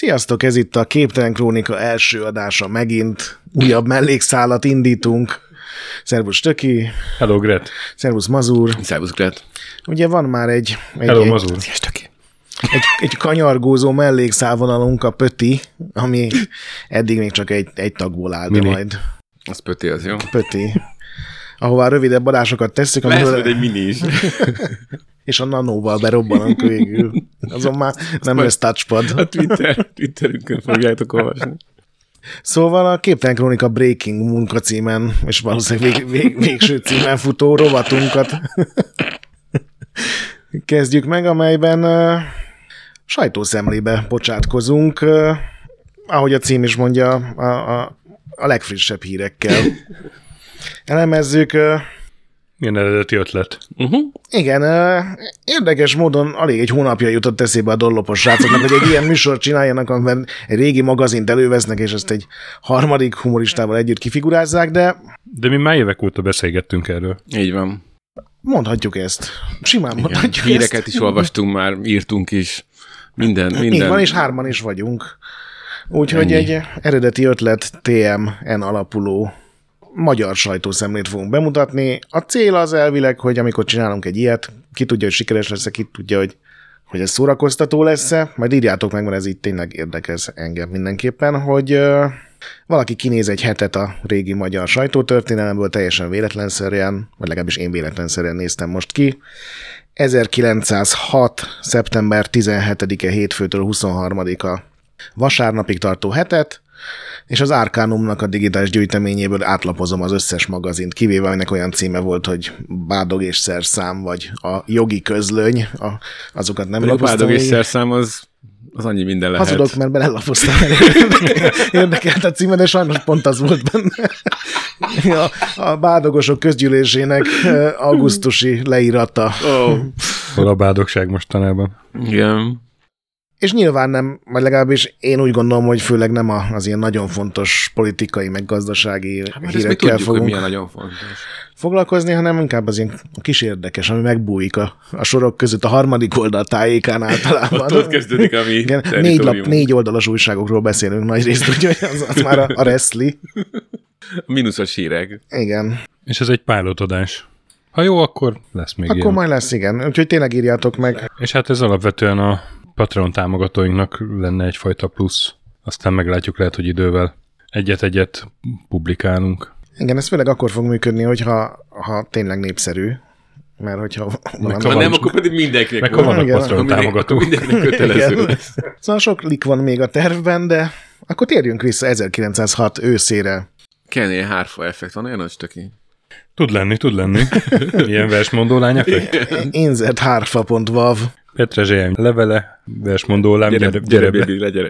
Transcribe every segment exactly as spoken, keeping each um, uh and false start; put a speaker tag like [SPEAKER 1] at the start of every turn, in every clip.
[SPEAKER 1] Sziasztok, ez itt a Képtelen Krónika első adása megint. Újabb mellékszálat indítunk. Szervusz Töki.
[SPEAKER 2] Hello, Gret.
[SPEAKER 1] Szervusz Mazur.
[SPEAKER 3] Szervusz, Gret.
[SPEAKER 1] Ugye van már egy... egy
[SPEAKER 2] Hello,
[SPEAKER 1] egy,
[SPEAKER 2] Mazur.
[SPEAKER 3] Sziasztok, Töki.
[SPEAKER 1] Egy, egy kanyargózó mellékszálvonalunk, a Pöti, ami eddig még csak egy, egy tagból áll, de majd...
[SPEAKER 3] Az Pöti, az jó.
[SPEAKER 1] Pöti. Ahová rövidebb adásokat tesszük.
[SPEAKER 3] Lesz
[SPEAKER 1] amiből...
[SPEAKER 3] majd egy mini is.
[SPEAKER 1] És a nanóval berobbanunk végül. Azon már nem lesz touchpad.
[SPEAKER 3] A Twitter, Twitterünkön fogjátok olvasni.
[SPEAKER 1] Szóval a Képtelen Krónika Breaking munkacímen, és valószínűleg vég, vég, végső címen futó rovatunkat kezdjük meg, amelyben uh, sajtószemlébe bocsátkozunk, uh, ahogy a cím is mondja, a, a, a legfrissebb hírekkel. Elemezzük... Uh,
[SPEAKER 2] Milyen eredeti ötlet.
[SPEAKER 3] Uh-huh.
[SPEAKER 1] Igen, uh, érdekes módon alig egy hónapja jutott eszébe a dollopos srácoknak, hogy egy ilyen műsort csináljanak, amiben egy régi magazint elővesznek, és ezt egy harmadik humoristával együtt kifigurázzák, de...
[SPEAKER 2] De mi már évek óta beszélgettünk erről.
[SPEAKER 3] Így van.
[SPEAKER 1] Mondhatjuk ezt. Simán mondhatjuk
[SPEAKER 3] Híreket
[SPEAKER 1] ezt.
[SPEAKER 3] is olvastunk már, írtunk is. Minden, minden.
[SPEAKER 1] Így van, és hárman is vagyunk. Úgyhogy egy eredeti ötlet té em en alapuló magyar sajtószemlét fogunk bemutatni. A cél az elvileg, hogy amikor csinálunk egy ilyet, ki tudja, hogy sikeres lesz, ki tudja, hogy, hogy ez szórakoztató lesz-e, majd írjátok meg, mert ez így tényleg érdekes engem mindenképpen, hogy uh, valaki kinéz egy hetet a régi magyar sajtótörténelemből, teljesen véletlenszerűen, vagy legalábbis én véletlenszerűen néztem most ki. ezerkilencszázhat. szeptember tizenhetedike hétfőtől huszonharmadika vasárnapig tartó hetet, és az Arcanumnak a digitális gyűjteményéből átlapozom az összes magazint, kivéve ennek olyan címe volt, hogy Bádog és Szerszám, vagy a Jogi Közlöny, a, azokat nem lapoztam.
[SPEAKER 3] A Bádog és Szerszám az, az annyi minden lehet.
[SPEAKER 1] Hazudok, mert belelapoztam. Érdekelt a címe, de sajnos pont az volt benne. A, a Bádogosok közgyűlésének augusztusi leírata.
[SPEAKER 3] Oh.
[SPEAKER 2] Hol a bádogság mostanában?
[SPEAKER 3] Igen.
[SPEAKER 1] És nyilván nem, vagy legalábbis én úgy gondolom, hogy főleg nem az ilyen nagyon fontos politikai, meg gazdasági
[SPEAKER 3] hát
[SPEAKER 1] hírekkel
[SPEAKER 3] tudjuk,
[SPEAKER 1] fogunk
[SPEAKER 3] hogy milyen nagyon fontos
[SPEAKER 1] foglalkozni, hanem inkább az ilyen kis érdekes, ami megbújik a, a sorok között a harmadik oldal tájékán általában.
[SPEAKER 3] Ott, ott kezdődik a mi
[SPEAKER 1] igen, négy, lap, négy oldalas újságokról beszélünk nagy részt, úgyhogy az, az már a, a reszli.
[SPEAKER 3] A mínuszos hírek.
[SPEAKER 1] Igen.
[SPEAKER 2] És ez egy pilotodás. Ha jó, akkor lesz még
[SPEAKER 1] Akkor
[SPEAKER 2] ilyen.
[SPEAKER 1] majd lesz, igen. Úgyhogy tényleg írjátok meg.
[SPEAKER 2] És hát ez alapvetően a Patreon támogatóinknak lenne egyfajta plusz. Aztán meglátjuk, lehet, hogy idővel egyet-egyet publikálunk.
[SPEAKER 1] Igen, ez főleg akkor fog működni, hogyha ha tényleg népszerű. Mert hogyha...
[SPEAKER 3] Valami... Ha nem, akkor pedig mindenkinek
[SPEAKER 2] meg ha vannak Patreon támogatók.
[SPEAKER 3] Mindenkinek kötelező lesz.
[SPEAKER 1] Szóval sok lik van még a tervben, de akkor térjünk vissza ezerkilencszázhat őszére.
[SPEAKER 3] Kell ilyen hárfa effekt, van olyan nagy Töki?
[SPEAKER 2] Tud lenni, tud lenni. Ilyen versmondó lány effekt.
[SPEAKER 1] Inzert hárfa pont vav.
[SPEAKER 2] Petrezselyem levele, versmondó lám,
[SPEAKER 3] gyere,
[SPEAKER 2] gyere,
[SPEAKER 3] gyere,
[SPEAKER 2] gyere
[SPEAKER 3] baby, legyere.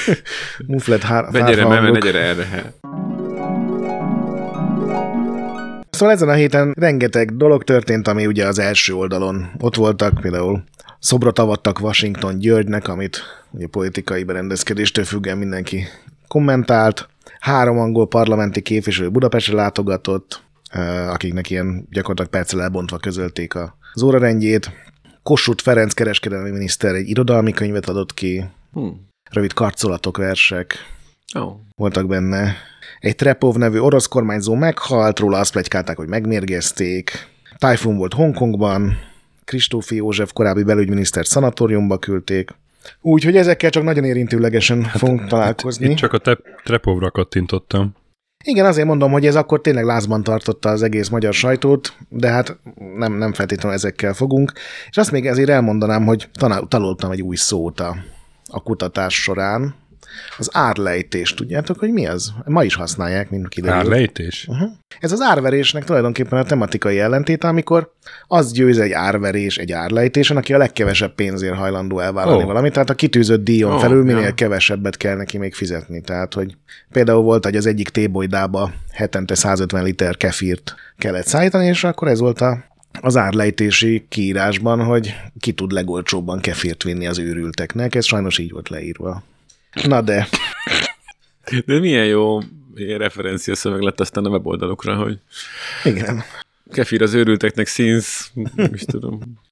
[SPEAKER 1] Muflet hárfa
[SPEAKER 3] Ne gyere,
[SPEAKER 1] hangok.
[SPEAKER 3] meme, ne gyere erre.
[SPEAKER 1] Szóval ezen a héten rengeteg dolog történt, ami ugye az első oldalon ott voltak, például szobrot avattak Washington Györgynek, amit ugye politikai berendezkedéstől függően mindenki kommentált. Három angol parlamenti képviselő Budapestre látogatott, akiknek ilyen gyakorlatilag perccel elbontva közölték az órarendjét. Kossuth Ferenc kereskedelmi miniszter egy irodalmi könyvet adott ki,
[SPEAKER 3] Hmm.
[SPEAKER 1] rövid karcolatok, versek
[SPEAKER 3] Oh.
[SPEAKER 1] voltak benne. Egy Trepov nevű orosz kormányzó meghalt, róla azt pletykálták, hogy megmérgezték. Tájfun volt Hongkongban, Kristófi József korábbi belügyminisztert szanatóriumba küldték. Úgyhogy ezekkel csak nagyon érintőlegesen hát, fogunk találkozni.
[SPEAKER 2] Itt, itt csak a te- Trepovra kattintottam.
[SPEAKER 1] Igen, azért mondom, hogy ez akkor tényleg lázban tartotta az egész magyar sajtót, de hát nem, nem feltétlenül ezekkel fogunk. És azt még ezért elmondanám, hogy tanultam egy új szót a, a kutatás során. Az árlejtés, tudjátok, hogy mi az? Ma is használják, mint kiderül.
[SPEAKER 2] Árlejtés?
[SPEAKER 1] Uh-huh. Ez az árverésnek tulajdonképpen a tematikai ellentéte, amikor az győz egy árverés egy árlejtésen, aki a legkevesebb pénzért hajlandó elvállalni oh. valamit, tehát a kitűzött díjon oh, felül minél ja. kevesebbet kell neki még fizetni. Tehát, hogy például volt, hogy az egyik tébolydába hetente százötven liter kefírt kellett szállítani, és akkor ez volt a az árlejtési kiírásban, hogy ki tud legolcsóbban kefírt vinni az őrülteknek. Ez sajnos így volt leírva. Na de...
[SPEAKER 3] De milyen jó referencia szöveg lett aztán a weboldalokra, hogy...
[SPEAKER 1] Igen.
[SPEAKER 3] Kefír az őrülteknek színsz, is tudom.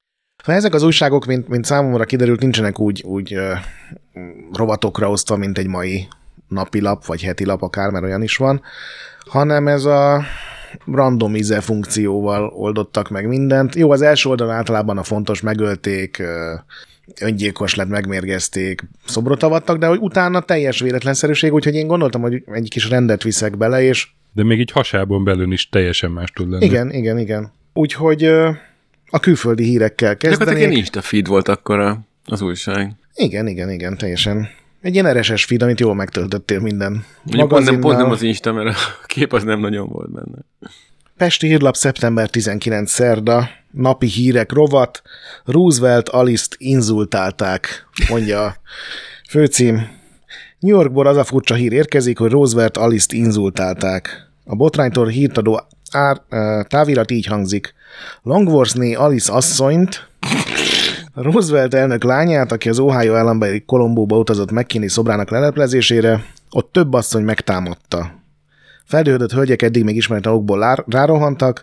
[SPEAKER 1] Szóval ezek az újságok, mint, mint számomra kiderült, nincsenek úgy, úgy uh, rovatokra osztva, mint egy mai napilap, vagy heti lap akár, mert olyan is van, hanem ez a randomize funkcióval oldottak meg mindent. Jó, az első oldalon általában a fontos megölték, öngyilkos lett, megmérgezték, szobrot avattak, de hogy utána teljes véletlenszerűség, úgyhogy én gondoltam, hogy egy kis rendet viszek bele, és...
[SPEAKER 2] De még így hasában belül is teljesen más tud lenni.
[SPEAKER 1] Igen, igen, igen. Úgyhogy a külföldi hírekkel kezdenék.
[SPEAKER 3] De egy Insta feed volt akkor az újság.
[SPEAKER 1] Igen, igen, igen, teljesen. Egy ilyen er es es feed, amit jól megtöltöttél minden
[SPEAKER 3] magazinnal. Nem, pont nem az Insta, mert a kép az nem nagyon volt benne.
[SPEAKER 1] Pesti Hírlap, szeptember tizenkilencedike szerda, napi hírek rovat, Roosevelt Alice-t inzultálták, mondja a főcím. New Yorkból az a furcsa hír érkezik, hogy Roosevelt Alice-t inzultálták. A botránytól hírt adó ár, távirat így hangzik. Longworthné Alice asszonyt, Roosevelt elnök lányát, aki az Ohio állambeli Columbóba utazott McKinney szobrának leleplezésére, ott több asszony megtámadta. Feldühödött hölgyek eddig még ismeretlen okból rárohantak,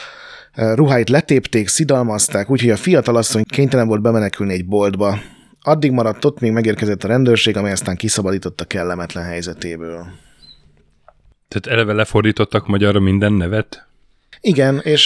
[SPEAKER 1] ruháit letépték, szidalmazták, úgyhogy a fiatal asszony kénytelen volt bemenekülni egy boltba. Addig maradt ott, még megérkezett a rendőrség, amely aztán kiszabadította kellemetlen helyzetéből.
[SPEAKER 2] Tehát eleve lefordítottak magyarra minden nevet?
[SPEAKER 1] Igen, és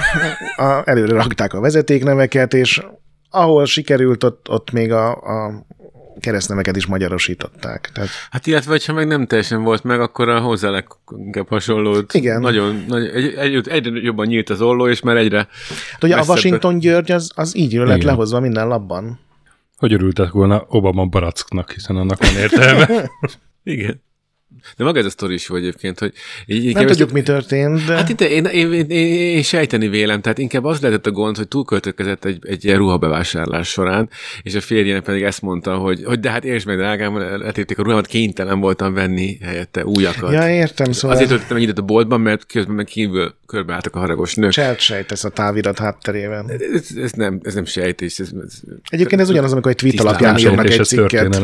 [SPEAKER 1] a, előre rakták a vezetékneveket, és ahol sikerült, ott, ott még a, a keresztneveket is magyarosították. Tehát...
[SPEAKER 3] Hát illetve, hogyha meg nem teljesen volt meg, akkor a hozzá legkebb hasonlót. Igen. Nagyon, nagyon egy, egy, egyre jobban nyílt az olló, és már egyre...
[SPEAKER 1] Hát ugye a Washington György az, az így lett lehozva minden labban.
[SPEAKER 2] Hogy örültek volna Obama baracknak, hiszen annak van értelme.
[SPEAKER 3] Igen. De maga ez a sztori is volt egyébként, hogy...
[SPEAKER 1] Így, nem tudjuk, mi történt, de...
[SPEAKER 3] Hát itt én, én, én, én, én sejteni vélem, tehát inkább az lehetett a gond, hogy túlköltökezett egy, egy ilyen ruhabevásárlás során, és a férjének pedig ezt mondta, hogy, hogy de hát értsd meg, drágám, letépték a ruhámat, kénytelen voltam venni helyette újakat.
[SPEAKER 1] Ja, értem, szóval...
[SPEAKER 3] Azért töltöttem egy időt a boltban, mert közben meg kívül körbeálltak a haragos nők.
[SPEAKER 1] Cselt sejtesz a távirat hátterében.
[SPEAKER 3] Ez, ez, nem, ez nem sejtés. Ez, ez,
[SPEAKER 1] egyébként ez ugyanaz, amikor egy tweet alapján írnak egy cikket.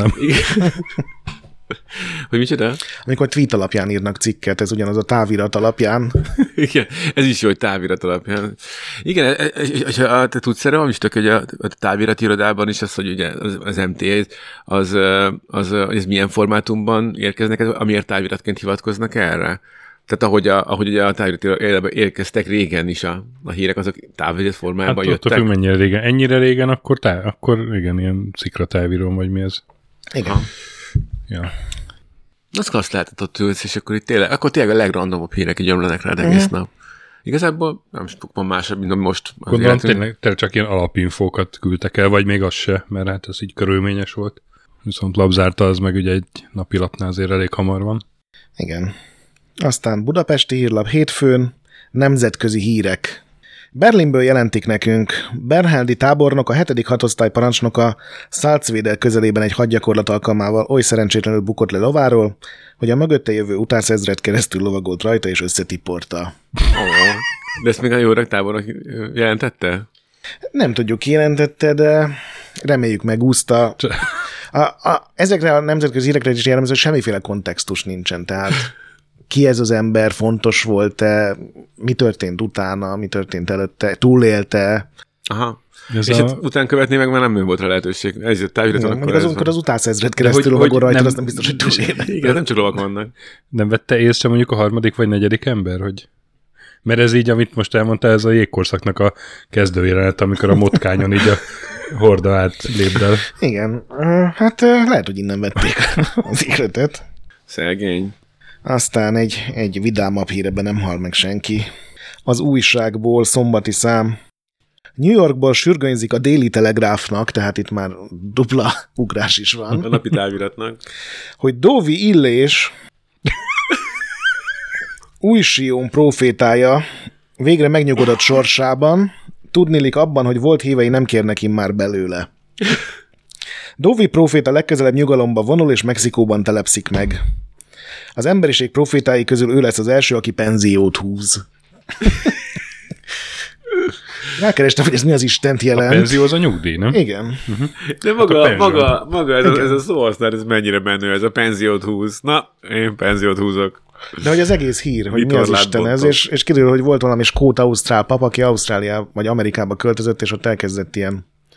[SPEAKER 3] Hogy micsoda?
[SPEAKER 1] Amikor tweet alapján írnak cikket, ez ugyanaz a távirat alapján.
[SPEAKER 3] Igen, ez is jó, hogy távirat alapján. Igen, és te tudsz erre, is tök, hogy a távirat irodában is az, hogy ugye az, az em té á, az, az, az, az milyen formátumban érkeznek, amiért táviratként hivatkoznak erre? Tehát ahogy, a, ahogy ugye a távirat irodában érkeztek régen is a, a hírek, azok távirat formában hát, jöttek. Hát
[SPEAKER 2] mennyire régen. Ennyire régen, akkor, tá, akkor igen, ilyen szikratávirón, vagy mi ez?
[SPEAKER 1] Igen.
[SPEAKER 2] Ha. Ja.
[SPEAKER 3] Azt azt lehetett ott ülsz, és akkor itt tényleg, akkor tényleg a legrandomabb hírek így ömlenek rád egész uh-huh. nap. Igazából nem van másabb, mint most.
[SPEAKER 2] Gondolom tényleg, tényleg csak ilyen alapinfókat küldtek el, vagy még az se, mert hát ez így körülményes volt. Viszont lapzárta az meg ugye egy napi lapnál azért elég hamar van.
[SPEAKER 1] Igen. Aztán Budapesti Hírlap hétfőn, nemzetközi hírek. Berlinből jelentik nekünk, Bernhaldi tábornok, a hetedik hatosztály parancsnoka Salzwedel közelében egy hadgyakorlat alkalmával oly szerencsétlenül bukott le lováról, hogy a mögötte jövő utánszezred keresztül lovagolt rajta és összetipporta.
[SPEAKER 3] Oh, de ezt még a jó öreg tábornok jelentette?
[SPEAKER 1] Nem tudjuk, ki jelentette, de reméljük megúszta. A, a, ezekre a nemzetközi hírekre is jellemző, hogy semmiféle kontextus nincsen, tehát ki ez az ember, fontos volt-e, mi történt utána, mi történt előtte, túlélte.
[SPEAKER 3] Aha. Ez és a... hát után követni meg már nem volt rá lehetőség. Ez a távirat akkor
[SPEAKER 1] ez azonkor az utánszezred keresztül lovagol rajta, azt nem biztos, hogy túlélte.
[SPEAKER 3] Igen, nem csak lovak vannak.
[SPEAKER 2] Nem vette észre mondjuk a harmadik vagy negyedik ember, hogy... Mert ez így, amit most elmondtál, ez a jégkorszaknak a kezdőjelenet, amikor a motkányon így a horda át lépdel.
[SPEAKER 1] Igen, hát lehet, hogy innen vették az életet.
[SPEAKER 3] Szegény.
[SPEAKER 1] Aztán egy, egy vidámabb híreben nem hal meg senki. Az újságból szombati szám. New Yorkból sürgönyzik a Daily Telegraphnak, tehát itt már dupla ugrás is van.
[SPEAKER 3] A napi táviratnak.
[SPEAKER 1] Hogy Dovi Illés új Sion profétája végre megnyugodott sorsában, tudnilik abban, hogy volt hívei nem kérnek immár belőle. Dovi proféta legközelebb nyugalomba vonul, és Mexikóban telepszik meg. Az emberiség profétái közül ő lesz az első, aki penziót húz. Rákerestem, hogy ez mi az Istent jelent.
[SPEAKER 2] A penzió az a nyugdíj, nem?
[SPEAKER 1] Igen.
[SPEAKER 3] Uh-huh. De maga, hát maga, maga ez, a, ez a szó aztán, ez mennyire menő, ez a penziót húz. Na, én penziót húzok.
[SPEAKER 1] De hogy az egész hír, hogy mi az Isten ez, és, és kiderül, hogy volt valami skót ausztrál pap, aki Ausztrália vagy Amerikába költözött, és ott elkezdett ilyen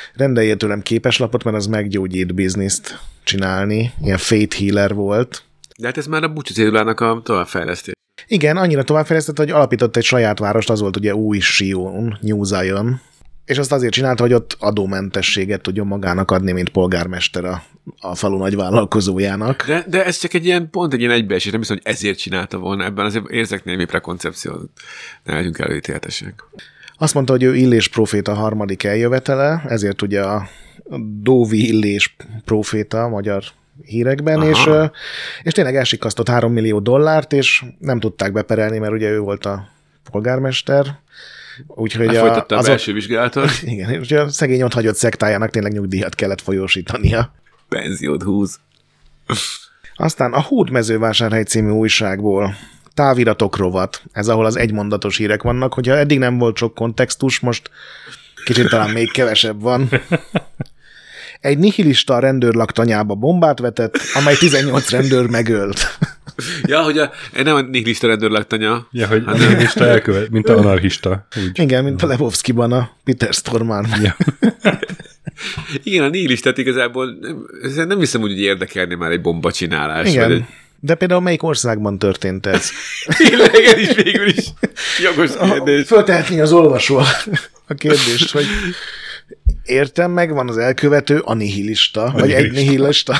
[SPEAKER 1] rendeljél tőlem képeslapot, mert az meggyógyít bizniszt csinálni. Ilyen fate healer volt.
[SPEAKER 3] De hát ez már a búcsú cédulának a továbbfejlesztés.
[SPEAKER 1] Igen, annyira továbbfejlesztett, hogy alapított egy saját várost, az volt ugye új Sion, New Zion, és azt azért csinálta, hogy ott adómentességet tudjon magának adni, mint polgármester a, a falu nagyvállalkozójának.
[SPEAKER 3] De, de ez csak egy ilyen, pont egy ilyen egybeesés, nem hiszem, hogy ezért csinálta volna ebben, azért érzek némi prekoncepciót. Ne legyünk előítéletesek.
[SPEAKER 1] Azt mondta, hogy ő Illés próféta harmadik eljövetele, ezért ugye a Dóvi Illés próféta magyar hírekben, és, és tényleg elsikasztott három millió dollárt, és nem tudták beperelni, mert ugye ő volt a polgármester. Úgyhogy
[SPEAKER 3] a, a
[SPEAKER 1] az
[SPEAKER 3] belső vizsgálatot.
[SPEAKER 1] Igen, és a szegény ott hagyott szektájának tényleg nyugdíjat kellett folyósítania.
[SPEAKER 3] Penziót húz.
[SPEAKER 1] Aztán a Hódmezővásárhely című újságból táviratok rovat, ez ahol az egymondatos hírek vannak, hogyha eddig nem volt sok kontextus, most kicsit talán még kevesebb van. Egy nihilista rendőr laktanyába bombát vetett, amely tizennyolc rendőr megölt.
[SPEAKER 3] Ja, hogy a, nem a nihilista rendőr laktanya.
[SPEAKER 2] Ja, hogy a nihilista elkövet, mint a anarchista. Úgy.
[SPEAKER 1] Igen, mint a Lebowskiban a Peter Stormare. Ja.
[SPEAKER 3] Igen, a nihilistát igazából nem, nem hiszem úgy, hogy érdekelni már egy bombacsinálás.
[SPEAKER 1] Igen,
[SPEAKER 3] egy...
[SPEAKER 1] de például melyik országban történt ez?
[SPEAKER 3] Tényleg, ez is végül is jogos kérdés.
[SPEAKER 1] Föltehetni az olvasó a kérdést, hogy értem meg, van az elkövető, a nihilista, vagy egy nihilista.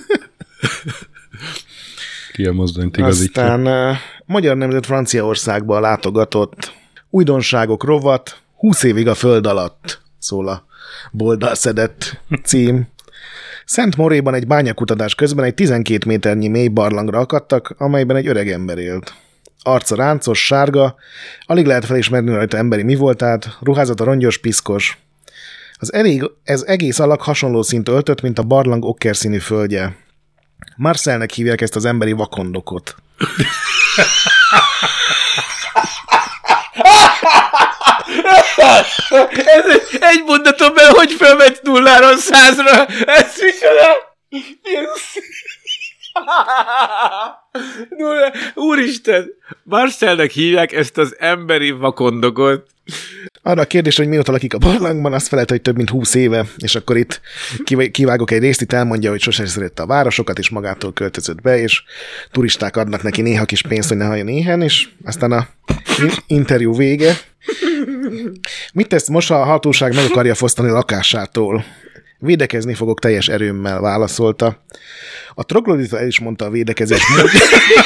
[SPEAKER 2] Ki a mozdonyt igazítja.
[SPEAKER 1] Aztán uh, Magyar Nemzet Franciaországba látogatott újdonságok rovat, húsz évig a föld alatt, szól a boldal szedett cím. Szent Moréban egy bányakutatás közben egy tizenkét méternyi mély barlangra akadtak, amelyben egy öreg ember élt. Arca ráncos, sárga, alig lehet felismerni rajta emberi mi voltát, ruházata rongyos, piszkos. Az elég, ez egész alak hasonló szint öltött, mint a barlang okkerszínű földje. Marcelnek hívják ezt az emberi vakondokot.
[SPEAKER 3] Ez egy, egy mondatom bele, hogy fölmegy nulláról százra. Ez micsoda? Nulla. Úristen, Marcelnek hívják ezt az emberi vakondokot.
[SPEAKER 1] Arra a kérdés, hogy mióta lakik a barlangban, azt felelt, hogy több mint húsz éve, és akkor itt kivágok egy részt, itt elmondja, hogy sosem szerette a városokat, és magától költözött be, és turisták adnak neki néha kis pénzt, hogy ne halljon éhen, és aztán a interjú vége. Mit tesz most, ha a hatóság meg akarja fosztani lakásától? Védekezni fogok teljes erőmmel, válaszolta. A troglodita el is mondta a védekezés módját.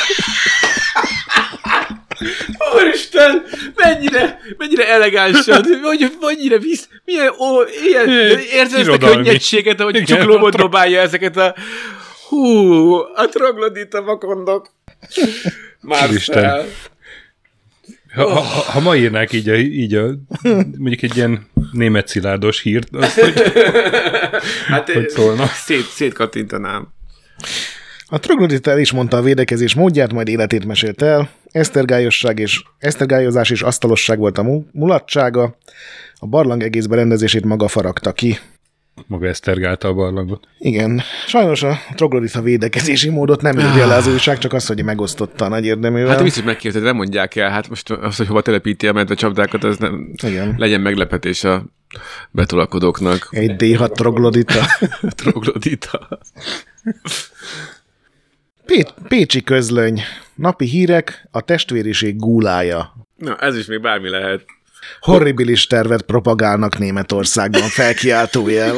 [SPEAKER 3] Úristen, mennyire, mennyire elegánsan, hogy mennyire visz, milyen, ó, ilyen, érzed ezt a könnyedséget, ahogy csuklóban dobálja ezeket a, hú, a troglodita vakondok. Marcel.
[SPEAKER 2] Ha, ha, ha ma írnák így a, így a mondjuk egy ilyen német szilárdos hírt, azt, hogy,
[SPEAKER 3] hát
[SPEAKER 2] hogy szólna.
[SPEAKER 3] Szét, szétkattintanám.
[SPEAKER 1] A troglodita el is mondta a védekezés módját, majd életét mesélt el. Esztergályosság és esztergályozás és asztalosság volt a mulatsága. A barlang egész berendezését maga faragta ki.
[SPEAKER 2] Maga esztergálta a barlangot.
[SPEAKER 1] Igen. Sajnos a troglodita védekezési módot nem írja le az újság, csak az, hogy megosztotta a nagy érdeművel.
[SPEAKER 3] Hát biztos megkérted, nem mondják el. Hát most az, hogy hova telepíti a medvecsapdákat, az nem igen. Legyen meglepetés a betolakodóknak.
[SPEAKER 1] Egy dé hat troglodita.
[SPEAKER 3] Troglodita.
[SPEAKER 1] Pé- Pécsi közlöny. Napi hírek, a testvériség gúlája.
[SPEAKER 3] Na, ez is még bármi lehet.
[SPEAKER 1] Horribilis tervet propagálnak Németországban, felkiáltójel.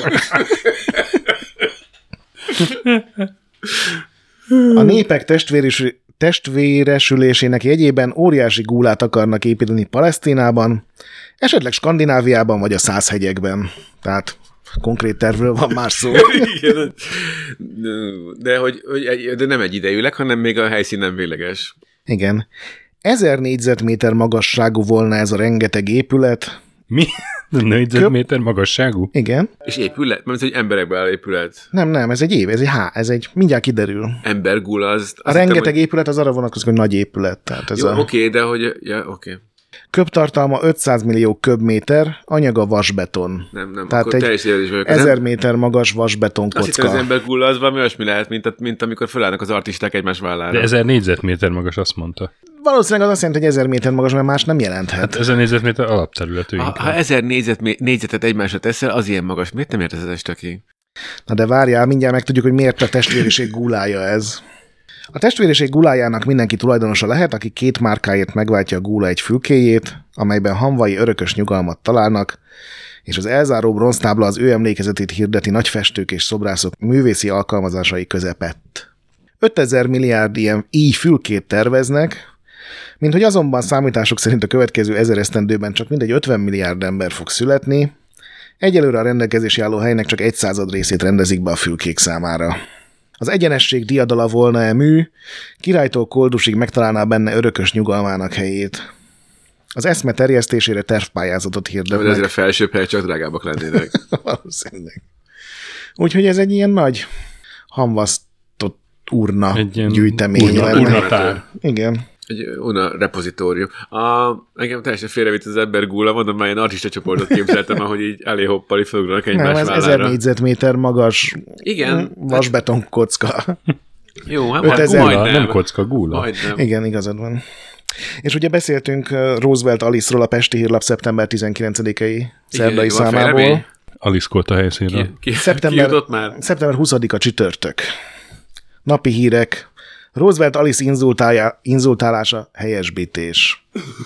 [SPEAKER 1] A népek testvéris, testvéresülésének jegyében óriási gúlát akarnak építeni Palesztinában, esetleg Skandináviában vagy a Százhegyekben. Tehát konkrét tervről van már szó.
[SPEAKER 3] Igen, de, hogy, hogy, de nem egy idejűleg, hanem még a helyszín nem végleges.
[SPEAKER 1] Igen. Ezer négyzetméter magasságú volna ez a rengeteg épület.
[SPEAKER 2] Mi? Négyzetméter magasságú?
[SPEAKER 1] Igen.
[SPEAKER 3] És épület? Mert hogy emberekbe áll épület.
[SPEAKER 1] Nem, nem, ez egy év, ez egy há, ez egy, mindjárt kiderül.
[SPEAKER 3] Embergul az...
[SPEAKER 1] A rengeteg hittem, épület az arra vonatkozik, hogy nagy épület. Tehát ez
[SPEAKER 3] jó,
[SPEAKER 1] a...
[SPEAKER 3] oké, okay, de hogy... Ja, oké. Okay.
[SPEAKER 1] Köbtartalma ötszáz millió köbméter, anyaga vasbeton.
[SPEAKER 3] Nem, nem,
[SPEAKER 1] tehát
[SPEAKER 3] akkor teljes is vagyok.
[SPEAKER 1] Ezer méter magas vasbeton kocka.
[SPEAKER 3] Azt hittem, az embergul az valami olyasmi lehet, mint, mint amikor felállnak az artisták egymás vállára.
[SPEAKER 2] De ezer négyzetméter magas, azt mondta.
[SPEAKER 1] valószínűleg az azt jelenti, hogy ezer méter magas, mert más nem jelenthet.
[SPEAKER 2] Hát ezer négyzetméter alapterületű.
[SPEAKER 3] Ha, ha ezer négyzet, négyzetet egymásra teszel, az ilyen magas. Miért nem értesz ezt aki?
[SPEAKER 1] Na de várjál, mindjárt megtudjuk, hogy miért a testvériség gulája ez. A testvériség gulájának mindenki tulajdonosa lehet, aki két márkáért megváltja a gúla egy fülkéjét, amelyben hamvai örökös nyugalmat találnak, és az elzáró bronztábla az ő emlékezetét hirdeti nagy festők és szobrászok művészi alkalmazásai közepett. ötezer milliárd ilyen így fülkét terveznek, mint hogy azonban számítások szerint a következő ezer esztendőben csak mindegy ötven milliárd ember fog születni, egyelőre a rendelkezési álló helynek csak egy század részét rendezik be a fülkék számára. Az egyenesség diadala volna-e mű, királytól koldusig megtalálná benne örökös nyugalmának helyét. Az eszme terjesztésére tervpályázatot hirdetnek.
[SPEAKER 3] De ezért a felsőbb helyek csak drágábbak lennének.
[SPEAKER 1] Valószínűleg. Úgyhogy ez egy ilyen nagy hamvasztott urna
[SPEAKER 2] egy ilyen
[SPEAKER 1] gyűjtemény.
[SPEAKER 2] Urna, urnatár.
[SPEAKER 1] Igen.
[SPEAKER 3] Egy urna repozitórium. A, engem teljesen félrevitt az ember gúla, mondom, már ilyen artista csoportot képzeltem, ahogy így elé hoppali fölugranak egymás
[SPEAKER 1] Nem, ez
[SPEAKER 3] vállára.
[SPEAKER 1] ezer négyzetméter magas
[SPEAKER 3] igen,
[SPEAKER 1] vasbeton kocka.
[SPEAKER 3] Jó, hát
[SPEAKER 1] ötezer
[SPEAKER 3] majdnem.
[SPEAKER 2] Nem kocka, gúla.
[SPEAKER 3] Majdnem.
[SPEAKER 1] Igen, igazad van. És ugye beszéltünk Roosevelt Alice-ról a Pesti Hírlap szeptember tizenkilencedikei szerdai
[SPEAKER 3] Igen, van
[SPEAKER 1] számából.
[SPEAKER 3] fejlemény?
[SPEAKER 2] Alice Colt a helyszínről.
[SPEAKER 3] Ki, ki,
[SPEAKER 1] Szeptember,
[SPEAKER 3] ki jutott már?
[SPEAKER 1] szeptember huszadika csütörtök. Napi hírek. Roosevelt Alice inzultálja, inzultálása helyesbítés.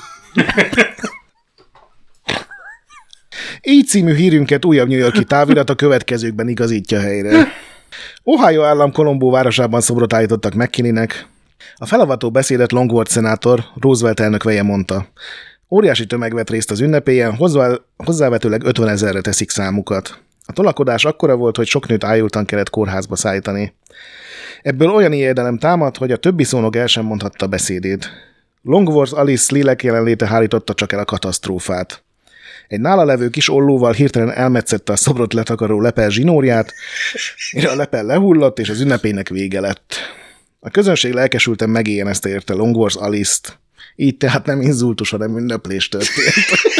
[SPEAKER 1] Így című hírünket újabb New York-i távirat a következőkben igazítja helyre. Ohio állam Columbus városában szobrot állítottak McKinleynek. A felavató beszédet Longworth szenátor, Roosevelt elnök veje mondta. Óriási tömeg vett részt az ünnepélyen, hozzá, hozzávetőleg ötvenezerre teszik számukat. A tolakodás akkora volt, hogy sok nőt ájultan kellett kórházba szállítani. Ebből olyan ijedelem támad, hogy a többi szónok el sem mondhatta beszédét. Longworth Alice lélek jelenléte hárította csak el a katasztrófát. Egy nála levő kis ollóval hirtelen elmetszette a szobrot letakaró lepel zsinórját, mire a lepel lehullott, és az ünnepének vége lett. A közönség lelkesülten megéjjenezte érte Longworth Alice-t. Így tehát nem inzultus, hanem ünneplés történt.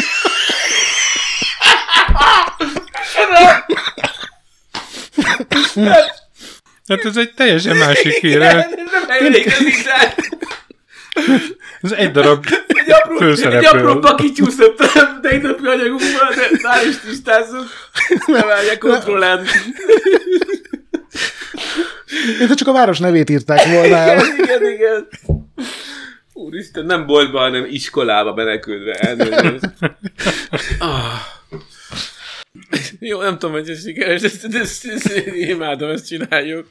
[SPEAKER 2] Hát ez egy teljesen másik hír. Ez egy darab
[SPEAKER 3] egy apró,
[SPEAKER 2] főszereplő.
[SPEAKER 3] Egy apró bakityúszott a tegnapi anyagunkban, de már is tisztázzuk. Nem állják kontrollálni.
[SPEAKER 1] Én csak a város nevét írták volna el.
[SPEAKER 3] Igen, igen, igen. Úristen, nem boltba, hanem iskolába menekülve. Elnőzőt. Ah. Jó, nem tudom, hogy ez sikeres, de ezt, ezt, ezt, ezt, én imádom, ezt csináljuk.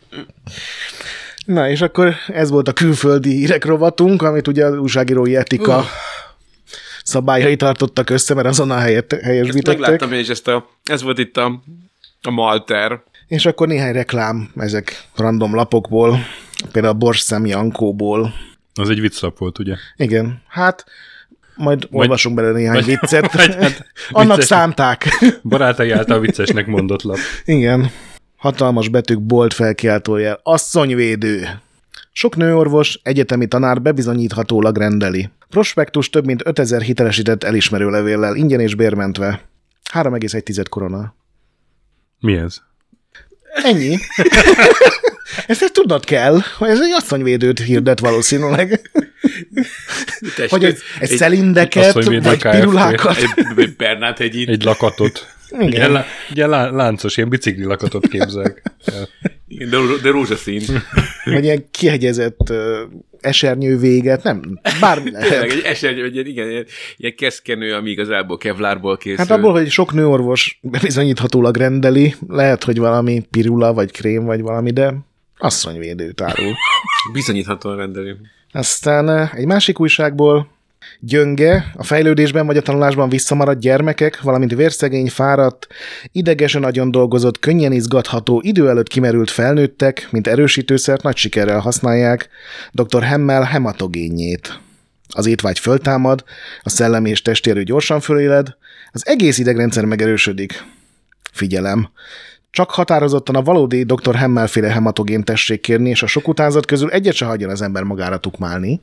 [SPEAKER 1] Na, és akkor ez volt a külföldi hírek rovatunk, amit ugye az újságírói etika uh. szabályai tartottak össze, mert azonnal helyet, helyesbítettek.
[SPEAKER 3] Ezt megláttam én is, ezt a, ez volt itt a, a Malter.
[SPEAKER 1] És akkor néhány reklám ezek random lapokból, például a Borsszem Jankóból.
[SPEAKER 2] Az egy vicclap volt, ugye?
[SPEAKER 1] Igen, hát majd, majd olvasunk belőle néhány
[SPEAKER 2] vagy,
[SPEAKER 1] viccet.
[SPEAKER 2] Vagy, hát,
[SPEAKER 1] Annak
[SPEAKER 2] vicces,
[SPEAKER 1] szánták.
[SPEAKER 2] Barátai által viccesnek mondott lap.
[SPEAKER 1] Igen. Hatalmas betűk, bolt felkiáltójel. Asszonyvédő. Sok nőorvos, egyetemi tanár bebizonyíthatólag rendeli. Prospektus több mint ötezer hitelesített elismerőlevéllel, ingyen és bérmentve. három egész egy korona.
[SPEAKER 2] Mi ez?
[SPEAKER 1] Ennyi. Ezt, ezt tudnod kell, hogy ez egy asszonyvédőt hirdet valószínűleg.
[SPEAKER 3] Test,
[SPEAKER 1] Vagy egy, egy szelindeket, vagy pirulákat.
[SPEAKER 3] Egy, egy Bernát hegyit.
[SPEAKER 2] Egy lakatot. Igen. Ilyen, ilyen láncos, ilyen bicikli lakatot képzelek.
[SPEAKER 3] Igen, de, de rózsaszín.
[SPEAKER 1] Vagy ilyen kihegyezett uh, esernyő véget, nem, bármi lehet.
[SPEAKER 3] Egy esernyő, vagy ilyen, igen, ilyen, ilyen keszkenő, ami igazából kevlárból készül.
[SPEAKER 1] Hát abból, hogy sok nőorvos bizonyíthatólag rendeli, lehet, hogy valami pirula, vagy krém, vagy valami, de asszonyvédőt árul.
[SPEAKER 3] Bizonyíthatóan rendeli.
[SPEAKER 1] Aztán egy másik újságból: gyönge, a fejlődésben vagy a tanulásban visszamaradt gyermekek, valamint vérszegény, fáradt, idegesen agyon dolgozott, könnyen izgatható, idő előtt kimerült felnőttek, mint erősítőszert nagy sikerrel használják doktor Hemmel hematogénjét. Az étvágy föltámad, a szellemi és testi erő gyorsan föléled, az egész idegrendszer megerősödik. Figyelem! Csak határozottan a valódi doktor Hemmel-féle hematogén tessék kérni, és a sok utánzat közül egyet se hagyjon az ember magára tukmálni.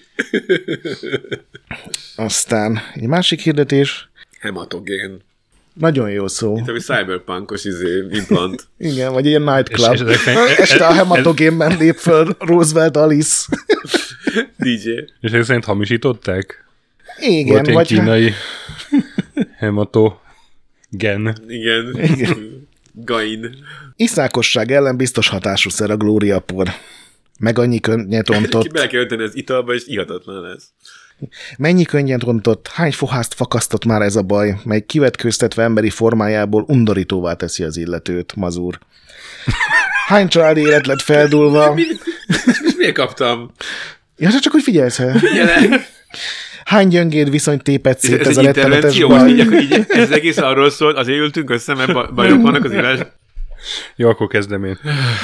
[SPEAKER 1] Aztán egy másik hirdetés.
[SPEAKER 3] Hematogén.
[SPEAKER 1] Nagyon jó szó.
[SPEAKER 3] Itt ami cyberpunkos izé, implant.
[SPEAKER 1] Igen, vagy ilyen nightclub.
[SPEAKER 2] És- és ezek szerint-
[SPEAKER 1] Este a hematogénben lép föl Roosevelt Alice.
[SPEAKER 3] dé dzsé.
[SPEAKER 2] És ezek szerint hamisították?
[SPEAKER 1] Igen,
[SPEAKER 2] Volt ilyen
[SPEAKER 1] vagy
[SPEAKER 2] kínai hemato gen.
[SPEAKER 3] Igen.
[SPEAKER 1] Igen.
[SPEAKER 3] Gain.
[SPEAKER 1] iszákosság ellen biztos hatású szer a glóriapor. Meg annyi könnyet
[SPEAKER 3] Ki
[SPEAKER 1] ontott.
[SPEAKER 3] bele kell önteni az italba, és ihatatlan lesz.
[SPEAKER 1] Mennyi könnyet ontott, hány fohászt fakasztott már ez a baj, mely kivetkőztetve emberi formájából undorítóvá teszi az illetőt, mazur. Hány családi élet lett feldúlva.
[SPEAKER 3] És miért kaptam?
[SPEAKER 1] Ja, csak hogy figyelsz el.
[SPEAKER 3] Jelen.
[SPEAKER 1] Hány gyöngéd viszont tépett szét
[SPEAKER 3] Ez,
[SPEAKER 1] ez,
[SPEAKER 3] ez
[SPEAKER 1] a
[SPEAKER 3] egy
[SPEAKER 1] rettenetes
[SPEAKER 3] intervenció, most
[SPEAKER 1] baj.
[SPEAKER 3] így, akkor így, ez egész arról szól, azért ültünk össze, mert ba- bajok vannak az írás.
[SPEAKER 2] Jó, akkor kezdem én.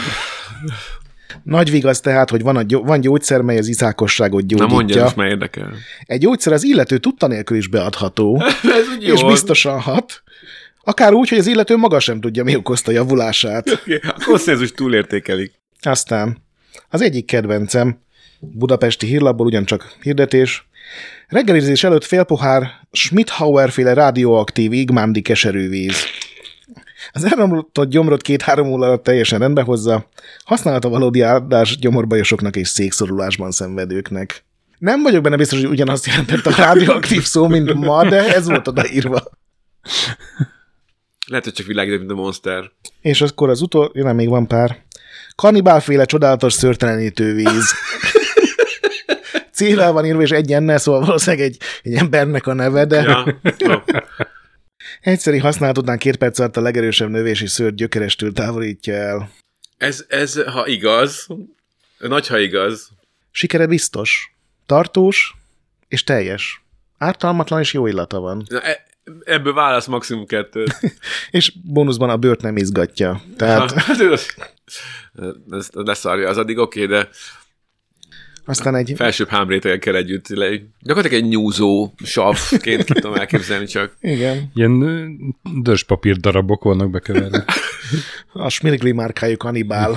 [SPEAKER 1] Nagy vigaz tehát, hogy van, a gy- van gyógyszer, mely az iszákosságot
[SPEAKER 3] Na mondja,
[SPEAKER 1] gyógyítja.
[SPEAKER 3] most már érdekel.
[SPEAKER 1] Egy gyógyszer az illető tudta nélkül is beadható,
[SPEAKER 3] Ez úgy jó.
[SPEAKER 1] és biztosan hat. Akár úgy, hogy az illető maga sem tudja, mi okozta javulását.
[SPEAKER 3] Okay. A konszenzus túlértékelik.
[SPEAKER 1] Aztán az egyik kedvencem, budapesti hírlapból ugyancsak hirdetés, reggelizés előtt fél pohár Schmidhauer-féle radioaktív igmándi keserűvíz. Az elromlott gyomrot két-három óra alatt teljesen rendbe hozza, használata valódi áldás gyomorbajosoknak és székszorulásban szenvedőknek. Nem vagyok benne biztos, hogy ugyanazt jelentett a radioaktív szó, mint ma, de ez volt odaírva.
[SPEAKER 3] Lehet, hogy csak világít, mint a Monster.
[SPEAKER 1] És akkor az utol... Ja, nem, még van pár. Kannibálféle csodálatos szőrtelenítő víz. C-vel van írva, és egy ennel, szóval valószínűleg egy, egy embernek a neve, de
[SPEAKER 3] Ja. Oh.
[SPEAKER 1] egyszeri használat után két perc alatt a legerősebb növési szőrt gyökerestől távolítja el.
[SPEAKER 3] Ez, ez, ha igaz, nagy, ha igaz.
[SPEAKER 1] Sikere biztos, tartós és teljes. Ártalmatlan és jó illata van.
[SPEAKER 3] Na, e, ebből válasz maximum kettőt.
[SPEAKER 1] És bónuszban a bőrt nem izgatja. Tehát
[SPEAKER 3] Hát, ez, ez leszarja, az addig oké, okay, de
[SPEAKER 1] aztán egy...
[SPEAKER 3] felsőbb hámrétegekkel együtt. Le, gyakorlatilag egy nyúzó savként ki tudom elképzelni csak.
[SPEAKER 1] Igen.
[SPEAKER 2] Ilyen ö, dörzspapír darabok vannak bekeverve.
[SPEAKER 1] A Smirgli márkájú kanibál.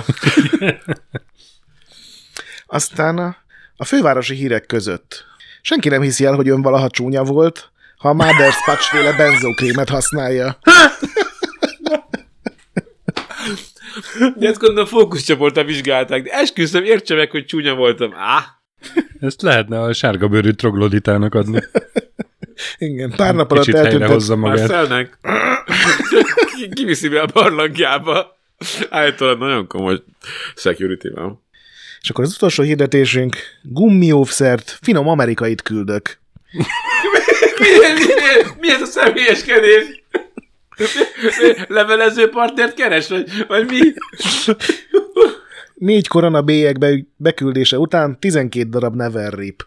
[SPEAKER 1] Aztán a, a fővárosi hírek között. Senki nem hiszi el, hogy ön valaha csúnya volt, ha a Mother's Patch-féle benzókrémet használja.
[SPEAKER 3] De ezt gondolom fókuszcsoporttal vizsgálták, de esküszöm, értse meg, hogy csúnya voltam. Á!
[SPEAKER 2] Ezt lehetne a sárga bőrű trogloditának adni.
[SPEAKER 1] Igen, pár nap alatt
[SPEAKER 2] Kicsit helyre
[SPEAKER 1] eltűntett.
[SPEAKER 2] hozza magát.
[SPEAKER 3] Marcelnek Ki- kiviszi be a barlangjába. Állítólag nagyon komoly security van.
[SPEAKER 1] És akkor az utolsó hirdetésünk, gummióvszert, finom amerikait küldök.
[SPEAKER 3] Mi, mi, mi ez a személyeskedés? Levelező partnert keres, vagy, vagy mi?
[SPEAKER 1] Négy korona bélyeg be, beküldése után tizenkét darab Never Rip.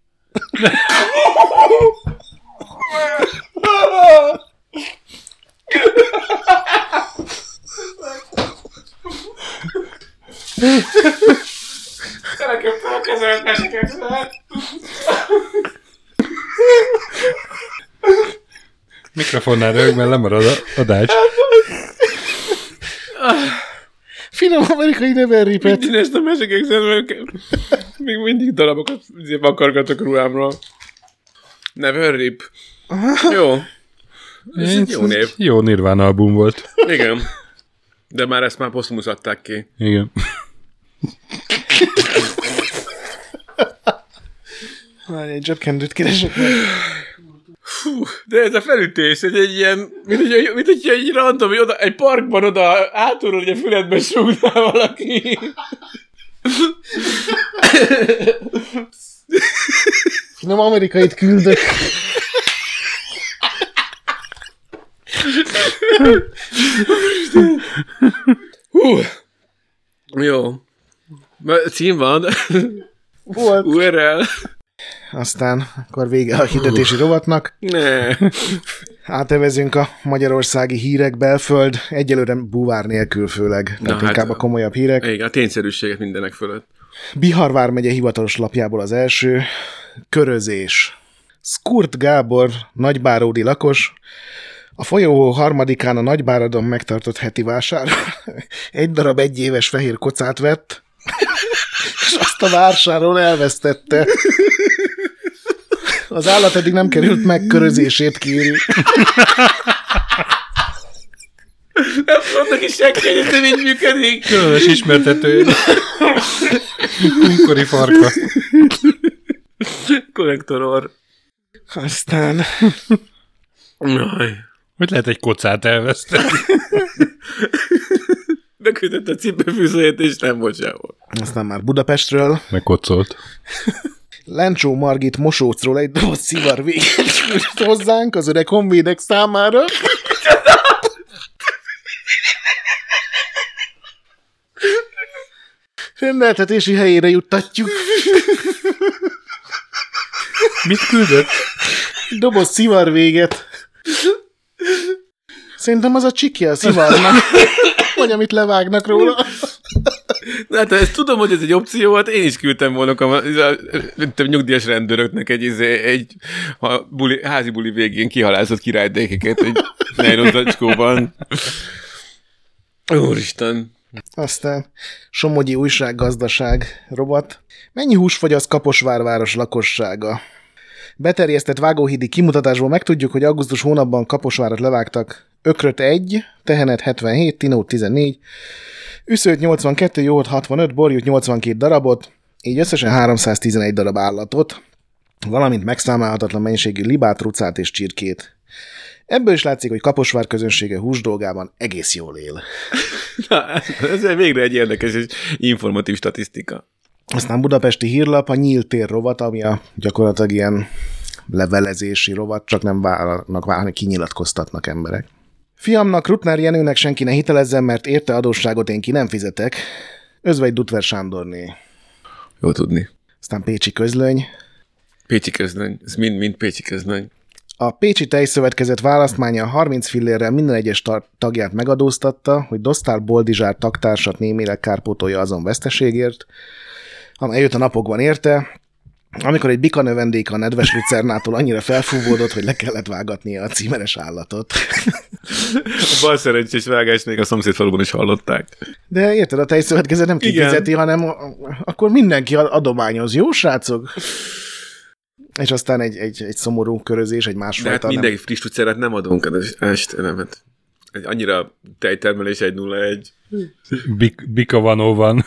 [SPEAKER 3] Nekem felkezelett mesekekszel.
[SPEAKER 2] Mikrofonnál röhög, mert lemarad a adás.
[SPEAKER 1] Finom amerikai Never Ripet.
[SPEAKER 3] Mindig ezt a mesekekszel, mert még mindig darabokat vakargatok ruhámról. Never Rip. Jó. Ez egy jó név.
[SPEAKER 2] Jó Nirvana album volt.
[SPEAKER 3] Igen. De már ezt már posztumusz adták ki.
[SPEAKER 2] Igen.
[SPEAKER 1] Várj, egy zsebkendőt keresek meg.
[SPEAKER 3] Fú, de ez a felütés, hogy egy ilyen, mint hogy, mint hogy egy random, hogy oda, egy parkban oda hátulról, hogy a füledbe súgná valaki.
[SPEAKER 1] Finom amerikait küldök.
[SPEAKER 3] Hú. Jó. Cím van.
[SPEAKER 1] Volt.
[SPEAKER 3] u er el.
[SPEAKER 1] Aztán akkor vége a hirdetési rovatnak.
[SPEAKER 3] Ne.
[SPEAKER 1] Átevezünk a magyarországi hírek, belföld, egyelőre búvár nélkül főleg, tehát
[SPEAKER 3] hát-
[SPEAKER 1] inkább a komolyabb hírek.
[SPEAKER 3] Igen, a tényszerűséget mindenek fölött.
[SPEAKER 1] Bihar vármegye hivatalos lapjából az első, körözés. Skurt Gábor, nagybáródi lakos, a folyóhó harmadikán a Nagybáradon megtartott heti vásár egy darab egyéves fehér kocát vett, és azt a vásárról elvesztette. Az állat eddig nem került meg, körözését kéri.
[SPEAKER 3] Nem mondnak is senki, hogy ez nem így működik.
[SPEAKER 2] Különös ismertető. Kunkori farka.
[SPEAKER 3] Konnektoror.
[SPEAKER 1] Aztán...
[SPEAKER 3] Jaj.
[SPEAKER 2] Hogy lehet egy kocát elveszteni?
[SPEAKER 3] Bekötött a cipőfűzőjét, és nem volt sehol.
[SPEAKER 1] Aztán már Budapestről.
[SPEAKER 2] Megkocolt.
[SPEAKER 1] Lencsó Margit Mosócról egy doboz szivar véget küldött hozzánk az öreg honvédek számára. Rendeltetési helyére juttatjuk.
[SPEAKER 2] Mit küldött?
[SPEAKER 1] Doboz szivar véget. Szerintem az a csikja a szivarnak. Vagy amit levágnak róla.
[SPEAKER 3] Na hát, ezt tudom, hogy ez egy opció, hát én is küldtem volna a, a, a nyugdíjas rendőröknek egy, egy, egy a buli, házi buli végén kihalázott királydékeket egy nejlonzacskóban. Úristen.
[SPEAKER 1] Aztán Somogyi újsággazdaság robot. Mennyi hús fogyaszt Kaposvár város lakossága? Beterjesztett vágóhídi kimutatásból megtudjuk, hogy augusztus hónapban Kaposvárat levágtak ökröt egy, tehenet hetvenhét, tinót tizennégy, üszőt nyolcvankettő, jót hatvanöt, borjút nyolcvankét darabot, így összesen háromszáztizenegy darab állatot, valamint megszámálhatatlan mennyiségű libát, rucát és csirkét. Ebből is látszik, hogy Kaposvár közönsége hús dolgában egész jól él.
[SPEAKER 3] Na, ez végre egy érdekes és informatív statisztika.
[SPEAKER 1] Aztán budapesti hírlap, a Nyílt tér rovat, ami a gyakorlatilag ilyen levelezési rovat, csak nem várnak várni, kinyilatkoztatnak emberek. Fiamnak, Rutner Jenőnek senki ne hitelezzen, mert érte adósságot én ki nem fizetek. Özvegy Dutver Sándorné.
[SPEAKER 3] Jó tudni.
[SPEAKER 1] Aztán Pécsi közlöny.
[SPEAKER 3] Pécsi közlöny. Ez mind, mind Pécsi közlöny.
[SPEAKER 1] A Pécsi Tejszövetkezet választmánya harminc fillérrel minden egyes tagját megadóztatta, hogy Dostál Boldizsár tagtársat némileg kárpótolja azon veszteségért, amely őt a napokban érte, amikor egy bika növendék a nedves lucernától annyira felfúvódott, hogy le kellett vágatnia a címeres állatot.
[SPEAKER 3] A bal szerencsés vágást még a szomszédfaluban is hallották.
[SPEAKER 1] De érted, a Tejszövetkezet nem kifizeti, hanem akkor mindenki adományoz. Jó, srácok? És aztán egy, egy, egy szomorú körözés, egy másfajta...
[SPEAKER 3] De hát mindenki nem... friss luceret nem adunk, Istenem, hát egy annyira tejtermelés egy nulla egy.
[SPEAKER 2] Bik, bika van, ó van.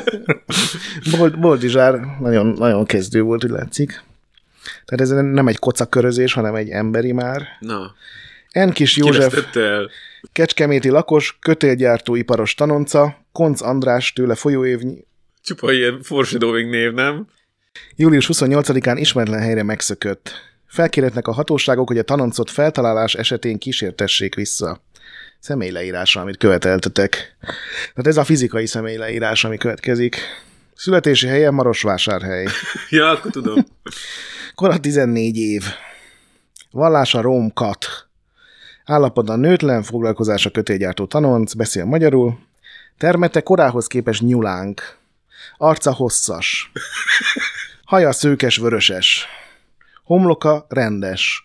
[SPEAKER 1] Bold, Boldizsár nagyon, nagyon kezdő volt, úgy látszik. Tehát ez nem egy kocakörözés, hanem egy emberi már.
[SPEAKER 3] Na.
[SPEAKER 1] Enkis József, kecskeméti lakos, kötélgyártó iparos tanonca, Konc András tőle folyóévnyi...
[SPEAKER 3] Csupa ilyen foreshadowing név, nem?
[SPEAKER 1] július huszonnyolcadikán ismeretlen helyre megszökött. Felkérhetnek a hatóságok, hogy a tanoncot feltalálás esetén kísértessék vissza. Személyleírása, amit követeltetek. Tehát ez a fizikai személyleírás, ami következik. Születési helye Marosvásárhely.
[SPEAKER 3] Ja, akkor tudom.
[SPEAKER 1] Kora tizennégy év. Vallása rómkat. Állapotban nőtlen, foglalkozása kötélgyártó tanonc, beszél magyarul. Termete korához képest nyulánk. Arca hosszas. Haja szőkes-vöröses. Homloka rendes.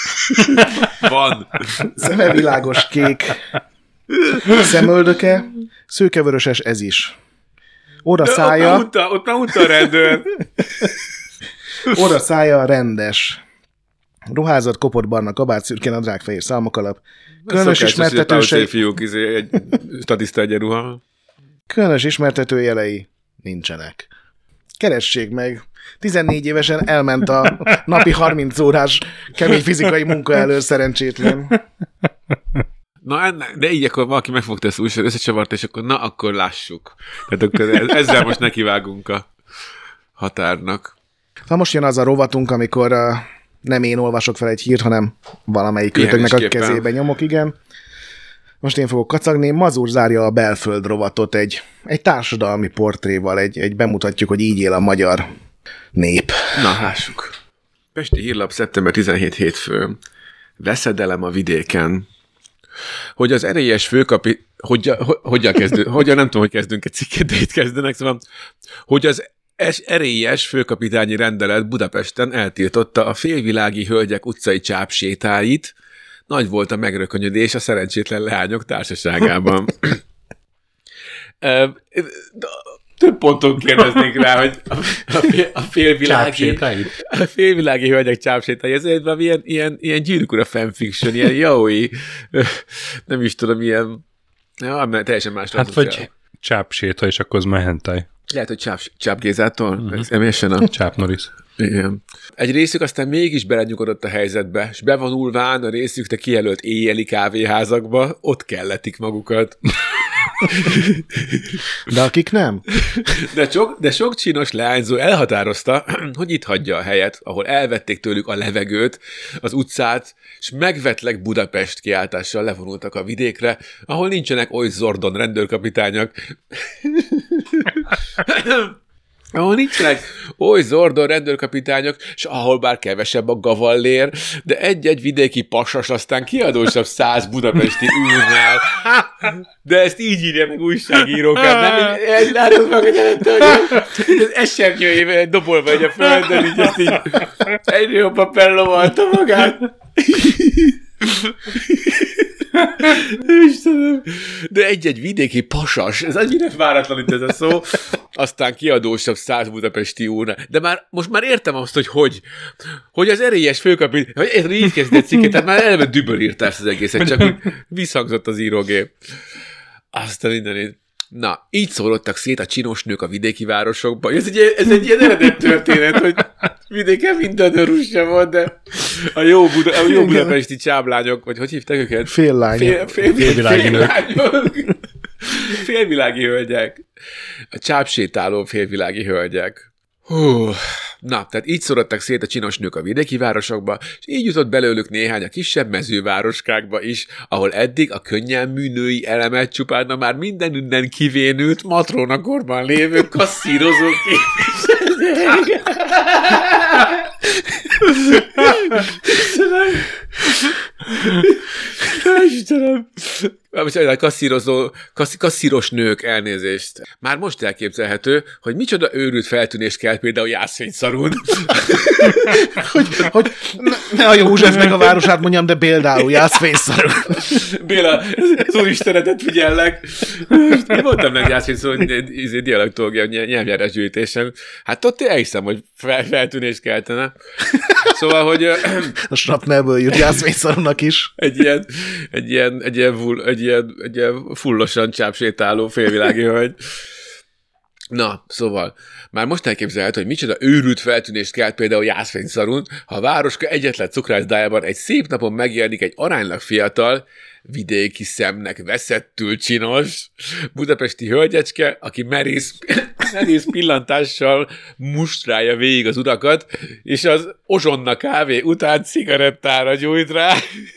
[SPEAKER 3] Van.
[SPEAKER 1] Szeme világos kék. Szemöldöke szőkevöröses ez is. Orra szája...
[SPEAKER 3] Ott már ott a rendőr.
[SPEAKER 1] Orra szája rendes. Ruházat, kopott barna kabát, szürke nadrág, fehér szalmakalap. Különös ismertetőség...
[SPEAKER 3] fiúk, izé, egy statiszta egyenruha.
[SPEAKER 1] Különös ismertetőjelei nincsenek. Keressék meg. tizennégy évesen elment a napi harminc órás kemény fizikai munka elől szerencsétlen.
[SPEAKER 3] Na, ennek, de így akkor valaki megfogta ezt újság, összecsavart, és akkor na, akkor lássuk. Tehát akkor ezzel most nekivágunk a határnak.
[SPEAKER 1] Ha most jön az a rovatunk, amikor uh, nem én olvasok fel egy hírt, hanem valamelyik őtöknek a kezébe nyomok, igen. Most én fogok kacagni. Mazur zárja a Belföld rovatot egy, egy társadalmi portréval, egy, egy bemutatjuk, hogy így él a magyar nép.
[SPEAKER 3] Na, lássuk. Pesti Hírlap, szeptember tizenhetedike hétfő. Veszedelem a vidéken. Hogy az erélyes főkapi... Hogyan, hogyan, kezdő, hogyan nem tudom, hogy kezdünk egy cikket, de itt kezdenek, szóval, hogy az erélyes főkapitányi rendelet Budapesten eltiltotta a félvilági hölgyek utcai csápsétáit. Nagy volt a megrökönyödés a szerencsétlen leányok társaságában. Több ponton kérdeznék rá, hogy a, fél, a, félvilági, a félvilági hölgyek csápsétái, ez egy ilyen, ilyen, ilyen gyűrűk ura fanfiction, ilyen jói, nem is tudom, ilyen Ja, mert teljesen más.
[SPEAKER 2] Hát vagy csápséta, és akkor az már hentai.
[SPEAKER 3] Lehet, hogy Csáp, Csáp Gézától?
[SPEAKER 2] Mm-hmm.
[SPEAKER 3] Emélyesen a...
[SPEAKER 2] Csáp Norris.
[SPEAKER 3] Igen. Egy részük aztán mégis belenyugodott a helyzetbe, és bevonulván a részükre kijelölt éjjeli kávéházakba, ott kelletik magukat.
[SPEAKER 1] De akik nem?
[SPEAKER 3] De sok, de sok csinos leányzó elhatározta, hogy itt hagyja a helyet, ahol elvették tőlük a levegőt, az utcát, és megvetlek Budapest kiáltással levonultak a vidékre, ahol nincsenek oly Zordon rendőrkapitányok, ahol nincsenek oly Zordon rendőrkapitányok, és ahol bár kevesebb a gavallér, de egy-egy vidéki pasas aztán kiadósabb száz budapesti űrnál. De ezt így írja meg újságírókat, nem? Így látod magad előtte, hogy az esernyőjével dobolva egy a földön, így ezt így egyre jobban pellovalta magát. Istenem. De egy-egy vidéki pasas, ez annyira váratlan itt ez a szó, aztán kiadósabb száz budapesti úrnál. De már, most már értem azt, hogy hogy, hogy az erélyes főkapitány, hogy ez így kezdett cikket, tehát már eleve düböl írta ezt az egészet, csak úgy visszhangzott az írógép. Aztán mindenit. Na, így szólottak szét a csinos nők a vidéki városokban. Ez egy, ez egy ilyen eredet történet, hogy vidéken minden örüsse van, de a jó, Buda, a jó budapesti csáblányok, vagy hogy hívták őket?
[SPEAKER 1] Féllányok.
[SPEAKER 3] Fél, fél,
[SPEAKER 2] Félvilági nők.
[SPEAKER 3] Félvilági hölgyek. A csápsétáló félvilági hölgyek. Hú. Na, tehát így szorodtak szét a csinos nők a vidéki városokba, és így jutott belőlük néhány a kisebb mezővároskákba is, ahol eddig a könnyelmű női elemet csupán a már mindenünnen kivénült matrónakorban lévő kasszírozó képviselők. Istenem! Istenem! A kasszírozó, kassz, kasszíros nők, elnézést. Már most elképzelhető, hogy micsoda őrült feltűnést kell például Jászfény szarún.
[SPEAKER 1] hogy, hogy ne, ne a Józsefnek a városát mondjam, de például Jászfény szarún.
[SPEAKER 3] Béla, az úristenetet figyellek. Én mondtam meg Jászfény szarún, hogy dialektológia nyelvjárás gyűjtésen. Hát ott elhiszem, hogy fel, feltűnést keltene. Szóval, hogy...
[SPEAKER 1] A Shrapnelből jut Jászfény szarúnak is.
[SPEAKER 3] Egy ilyen, egy ilyen, egy ilyen, full, egy ilyen, egy ilyen fullosan csápsétáló félvilági hölgy. Na, szóval, már most elképzelhető, hogy micsoda őrült feltűnést kelt például Jászfény szarún, ha a városka egyetlen cukrászdájában egy szép napon megjelenik egy aránylag fiatal, vidéki szemnek veszettül csinos budapesti hölgyecske, aki merész, merész pillantással mustrálja végig az urakat, és az ozsonna kávé után cigarettára gyújt rá.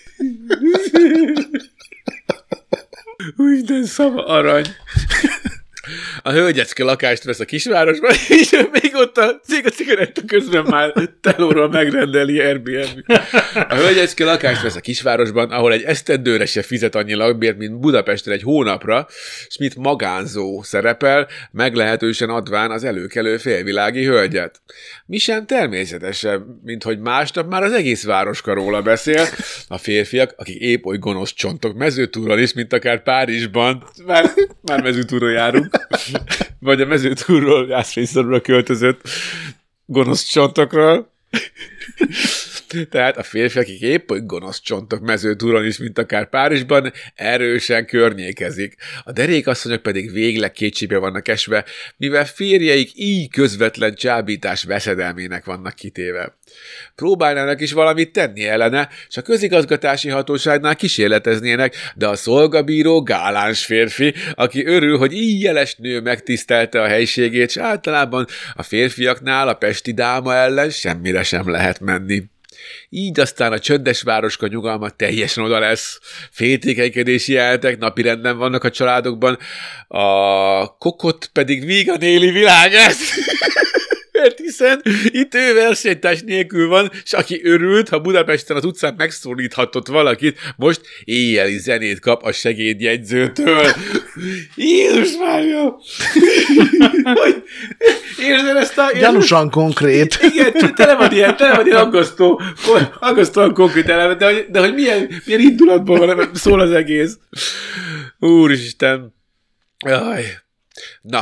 [SPEAKER 3] Újden szava arany. A hölgyecske lakást vesz a kisvárosban, és még ott a cég a cigaretta közben már telóról megrendeli Airbnb. A hölgyecske lakást vesz a kisvárosban, ahol egy esztendőre se fizet annyi lakbért, mint Budapesten egy hónapra, és mint magánzó szerepel, meglehetősen adván az előkelő félvilági hölgyet. Mi sem természetesebb, mint hogy másnap már az egész városka róla beszél. A férfiak, akik épp oly gonosz csontok mezőtúron is, mint akár Párizsban, már, már mezőtúron járunk, vagy a mezőtúrról Jászfény szarúra költözött gonosz csontokról. Tehát a férfiak, akik épp hogy gonosz csontok mezőtúron is, mint akár Párizsban, erősen környékezik. A derékasszonyok pedig végleg kétségbe vannak esve, mivel férjeik így közvetlen csábítás veszedelmének vannak kitéve. Próbálnának is valamit tenni ellene, és a közigazgatási hatóságnál kísérleteznének, de a szolgabíró gáláns férfi, aki örül, hogy így jeles nő megtisztelte a helységét, és általában a férfiaknál a pesti dáma ellen semmire sem lehet menni. Így aztán a csöndes városka nyugalma teljesen oda lesz. Féltékenykedési jeltek napirenden vannak a családokban, a kokot pedig vígan éli világát. Mert hiszen itt ő versenytárs nélkül van, és aki örült, ha Budapesten az utcán megszólíthatott valakit, most éjjeli zenét kap a segédjegyzőtől. Jézus Mária! Hogy érzed ezt a...
[SPEAKER 1] Gyanúsan konkrét.
[SPEAKER 3] Igen, tele van ilyen, tele van ilyen aggasztó, aggasztóan konkrét eleme, de, hogy, de hogy milyen, milyen indulatban van, szól az egész. Úristen! Jaj. Na,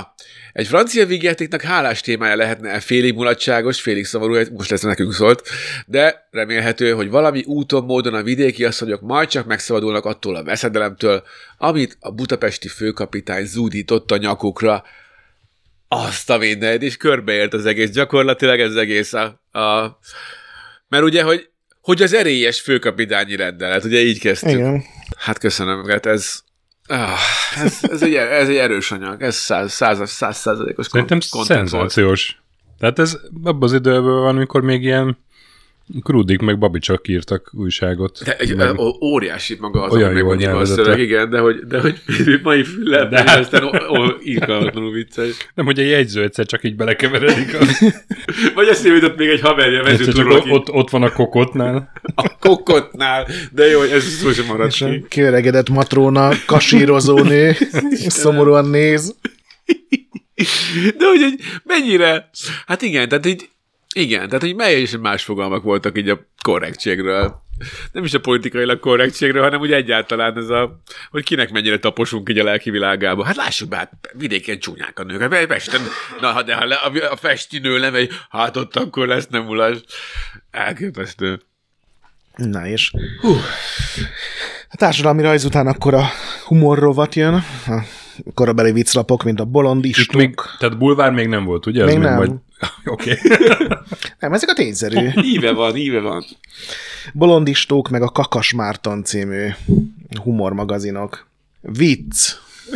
[SPEAKER 3] Egy francia vígjátéknak hálás témája lehetne félig mulatságos, félig szomorú, most ez nekünk szólt, de remélhető, hogy valami úton, módon a vidéki asszonyok majd csak megszabadulnak attól a veszedelemtől, amit a budapesti főkapitány zúdított a nyakukra. Azt a mindent, és körbeért az egész, gyakorlatilag ez egész a... a... Mert ugye, hogy, hogy az erélyes főkapitányi rendelet, ugye így kezdtük.
[SPEAKER 1] Igen.
[SPEAKER 3] Hát köszönöm, hát ez... Ah, ez, ez, egy, ez egy erős anyag, ez száz, száz, száz százalékos
[SPEAKER 2] Szerintem szenzációs. Tehát ez abban az időből van, amikor még ilyen Krudik meg Babicsak írtak újságot.
[SPEAKER 3] De egy,
[SPEAKER 2] meg...
[SPEAKER 3] óriási maga az,
[SPEAKER 2] olyan
[SPEAKER 3] meg
[SPEAKER 2] jól
[SPEAKER 3] annyiban szöveg, igen, de hogy, de hogy mai füllel, de hát... aztán írkalmatlanul vicces.
[SPEAKER 2] Nem, hogy a jegyző egyszer csak így belekeveredik. Az...
[SPEAKER 3] Vagy eszébe jutott még egy haverja,
[SPEAKER 2] vezőtúról. Ott, ott van a kokotnál.
[SPEAKER 3] A kokotnál, de jó, ez szó sem maradt ki.
[SPEAKER 1] És a kiöregedett matróna, kasírozó nő, szomorúan néz.
[SPEAKER 3] De hogy, hogy mennyire, hát igen, tehát így, igen, tehát hogy mely is más fogalmak voltak így a korrektségről. Nem is a politikailag korrektségről, hanem úgy egyáltalán ez a, hogy kinek mennyire taposunk így a lelki világába. Hát lássuk be, hát vidéken csúnyák a nők. Hát Pesten, na, de ha le, a festi nő lemegy, hát ott akkor lesz nem mulas. Elképesztő.
[SPEAKER 1] Na és hú. A társadalmi rajz után akkor a humorrovat jön, a korabeli vicclapok, mint a bolondistok.
[SPEAKER 2] Még, tehát bulvár még nem volt, ugye?
[SPEAKER 1] Még
[SPEAKER 2] Ez
[SPEAKER 1] nem.
[SPEAKER 2] Majd... Oké.
[SPEAKER 1] Nem, ezek a tényszerű.
[SPEAKER 3] Íve van, íve van.
[SPEAKER 1] Bolondistók meg a Kakas Márton című humormagazinok. Vicc.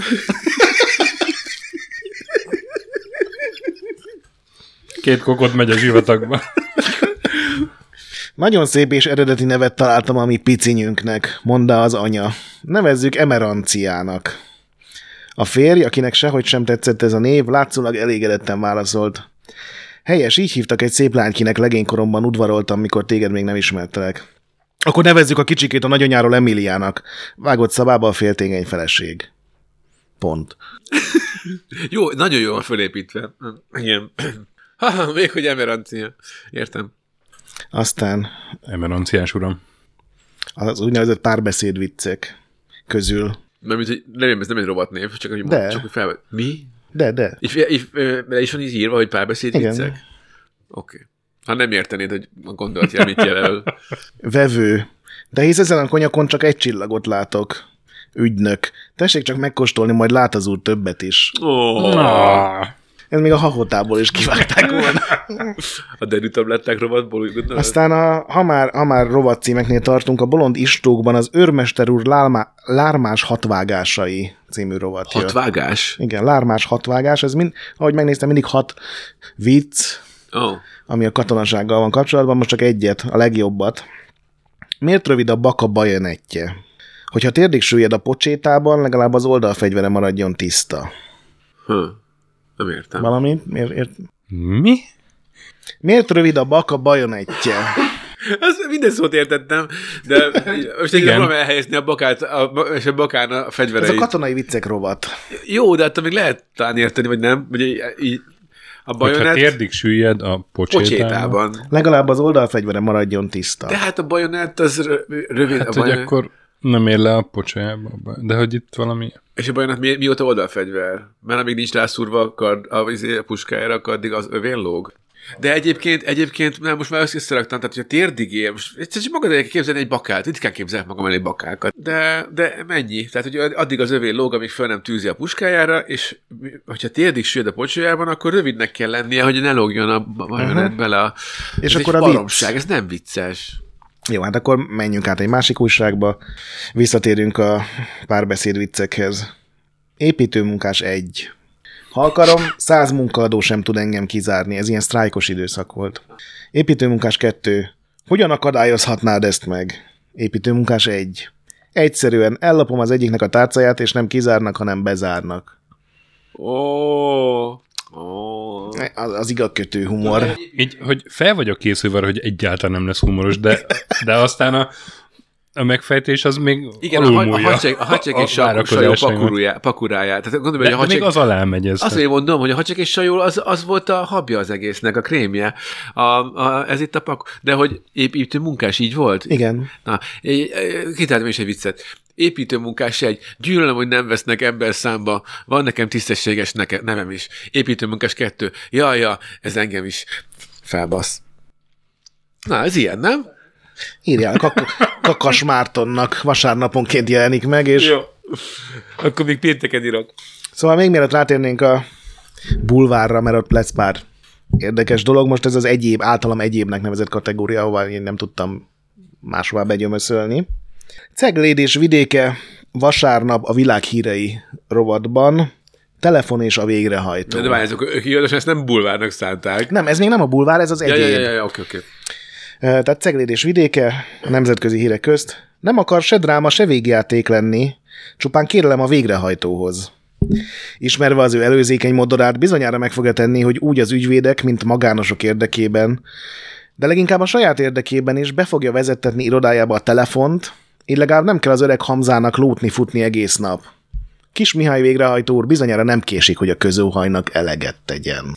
[SPEAKER 2] Két kokot megy a zsivatagba.
[SPEAKER 1] Nagyon szép és eredeti nevet találtam a mi picinyünknek, mondta az anya. Nevezzük Emeranciának. A férj, akinek sehogy sem tetszett ez a név, látszólag elégedetten válaszolt. Helyes, így hívtak egy szép lány, kinek legénykoromban udvaroltam, mikor téged még nem ismertelek. Akkor nevezzük a kicsikét a nagyanyáról Emiliának. Vágott szabába a féltégeny feleség. Pont.
[SPEAKER 3] Jó, nagyon jó van fölépítve. Igen. Ha, még hogy Emerancia. Értem.
[SPEAKER 1] Aztán...
[SPEAKER 2] Emeranciás uram.
[SPEAKER 1] Az úgynevezett párbeszéd viccek közül.
[SPEAKER 3] Nem, mint, hogy nem, ez nem egy rovatnév, csak hogy,
[SPEAKER 1] de.
[SPEAKER 3] Csak, hogy fel... Mi?
[SPEAKER 1] De, de.
[SPEAKER 3] És, és, és is van így írva, hogy párbeszéd
[SPEAKER 1] igen.
[SPEAKER 3] viccek? Oké. Okay. Ha nem értenéd, hogy a gondolatjel mit jelöl.
[SPEAKER 1] Vevő. De hisz ezen a konyakon csak egy csillagot látok. Ügynök. Tessék csak megkóstolni, majd lát az úr többet is.
[SPEAKER 3] Oh.
[SPEAKER 2] Na.
[SPEAKER 1] Ez még a hahotából is kivágták volna.
[SPEAKER 3] A derűtabletták rovatból úgy gondolod?
[SPEAKER 1] Aztán, a, ha, már, ha már rovat címeknél tartunk, a Bolond Istókban az Őrmester úr lálma, Lármás hatvágásai című rovat jött.
[SPEAKER 3] Hatvágás?
[SPEAKER 1] Igen, Lármás hatvágás. Ez mind, ahogy megnéztem, mindig hat vicc,
[SPEAKER 3] oh.
[SPEAKER 1] ami a katonasággal van kapcsolatban, most csak egyet, a legjobbat. Miért rövid a baka bajonettje? Hogyha térdig süllyed a pocsétában, legalább az oldalfegyvere maradjon tiszta.
[SPEAKER 3] Huh. Nem értem.
[SPEAKER 1] Valami? Miért, ért...
[SPEAKER 2] Mi?
[SPEAKER 1] Miért rövid a baka bajonettje?
[SPEAKER 3] Azt minden szót értettem, de most egy nem elhelyezni a bakát, a, és a bakán a fegyvereit.
[SPEAKER 1] Ez a katonai viccek rovat.
[SPEAKER 3] Jó, de attól még lehet talán érteni, vagy nem? Vagy így, a bajonett...
[SPEAKER 2] Hogyha térdig süllyed a pocsétában.
[SPEAKER 3] pocsétában.
[SPEAKER 1] Legalább az oldalfegyvere maradjon tiszta.
[SPEAKER 3] De hát a bajonett az rövid.
[SPEAKER 2] Hát,
[SPEAKER 3] a
[SPEAKER 2] hogy
[SPEAKER 3] bajonett...
[SPEAKER 2] akkor nem ér le a pocsájába. De hogy itt valami...
[SPEAKER 3] És a bajonett mi, mióta oldalfegyver? Mert amíg nincs rászúrva a, kard, a, a puskájára, addig az övén lóg. De egyébként, egyébként nem, most már összeraktam, tehát hogy a térdig ér, most csak magad elég képzelni egy bakát, ritkán képzelek magam elé bakákat. De, de mennyi? Tehát, hogy addig az övén lóg, amíg föl nem tűzi a puskájára, és hogyha térdig süllyed a pocsájában, akkor rövidnek kell lennie, hogy ne lógjon a bajonett uh-huh. bele a...
[SPEAKER 1] És
[SPEAKER 3] ez
[SPEAKER 1] akkor
[SPEAKER 3] egy
[SPEAKER 1] a
[SPEAKER 3] baromság, ez nem vicces.
[SPEAKER 1] Jó, hát akkor menjünk át egy másik újságba, visszatérünk a párbeszéd viccekhez. Építőmunkás egy. Ha akarom, száz munkaadó sem tud engem kizárni, ez ilyen sztrájkos időszak volt. Építőmunkás kettő. Hogyan akadályozhatnád ezt meg? Építőmunkás egy. Egyszerűen ellopom az egyiknek a tárcáját, és nem kizárnak, hanem bezárnak.
[SPEAKER 3] Ó... Oh. Oh.
[SPEAKER 1] Az, az igazkötő humor.
[SPEAKER 2] Így, hogy fel vagyok készülve, hogy egyáltalán nem lesz humoros, de, de aztán a, A megfejtés az még
[SPEAKER 3] igen, alulmúlja. A hacsek és sajó pakuráját. Tehát gondolom, hogy a hacsek...
[SPEAKER 2] még az alá megy ez.
[SPEAKER 3] Azt mondom, hogy a hacsek és sajó az, az volt a habja az egésznek, a krémje. A, a, ez itt a paku... De hogy építő munkás így volt?
[SPEAKER 1] Igen.
[SPEAKER 3] Na, kitáltam is egy viccet. Építőmunkás egy, gyűlölöm, hogy nem vesznek ember számba, van nekem tisztességes neke, nevem is. Építőmunkás kettő, jaj, ja, ez engem is felbasz. Na, ez ilyen, nem?
[SPEAKER 1] Írjál, Kak- Kakas Mártonnak vasárnaponként jelenik meg, és...
[SPEAKER 3] Jó, akkor még pénteken írok.
[SPEAKER 1] Szóval még mielőtt rátérnénk a bulvárra, mert ott lesz pár érdekes dolog, most ez az egyéb, általam egyébnek nevezett kategória, ahová én nem tudtam máshová begyömöszölni. Cegléd és vidéke vasárnap a világ hírei rovatban, telefon és a végrehajtó.
[SPEAKER 3] De várj, ők hivatalosan ezt nem bulvárnak szánták.
[SPEAKER 1] Nem, ez még nem a bulvár, ez az egyéb.
[SPEAKER 3] Ja, ja, ja, ja, oké, oké.
[SPEAKER 1] Tehát Cegléd és vidéke a nemzetközi hírek közt nem akar se dráma, se végjáték lenni, csupán kérelem a végrehajtóhoz. Ismerve az ő előzékeny modorát, bizonyára meg fogja tenni, hogy úgy az ügyvédek, mint magánosok érdekében, de leginkább a saját érdekében is be fogja vezettetni irodájába a telefont, így legalább nem kell az öreg Hamzának lótni futni egész nap. Kis Mihály végrehajtó úr bizonyára nem késik, hogy a közóhajnak eleget tegyen.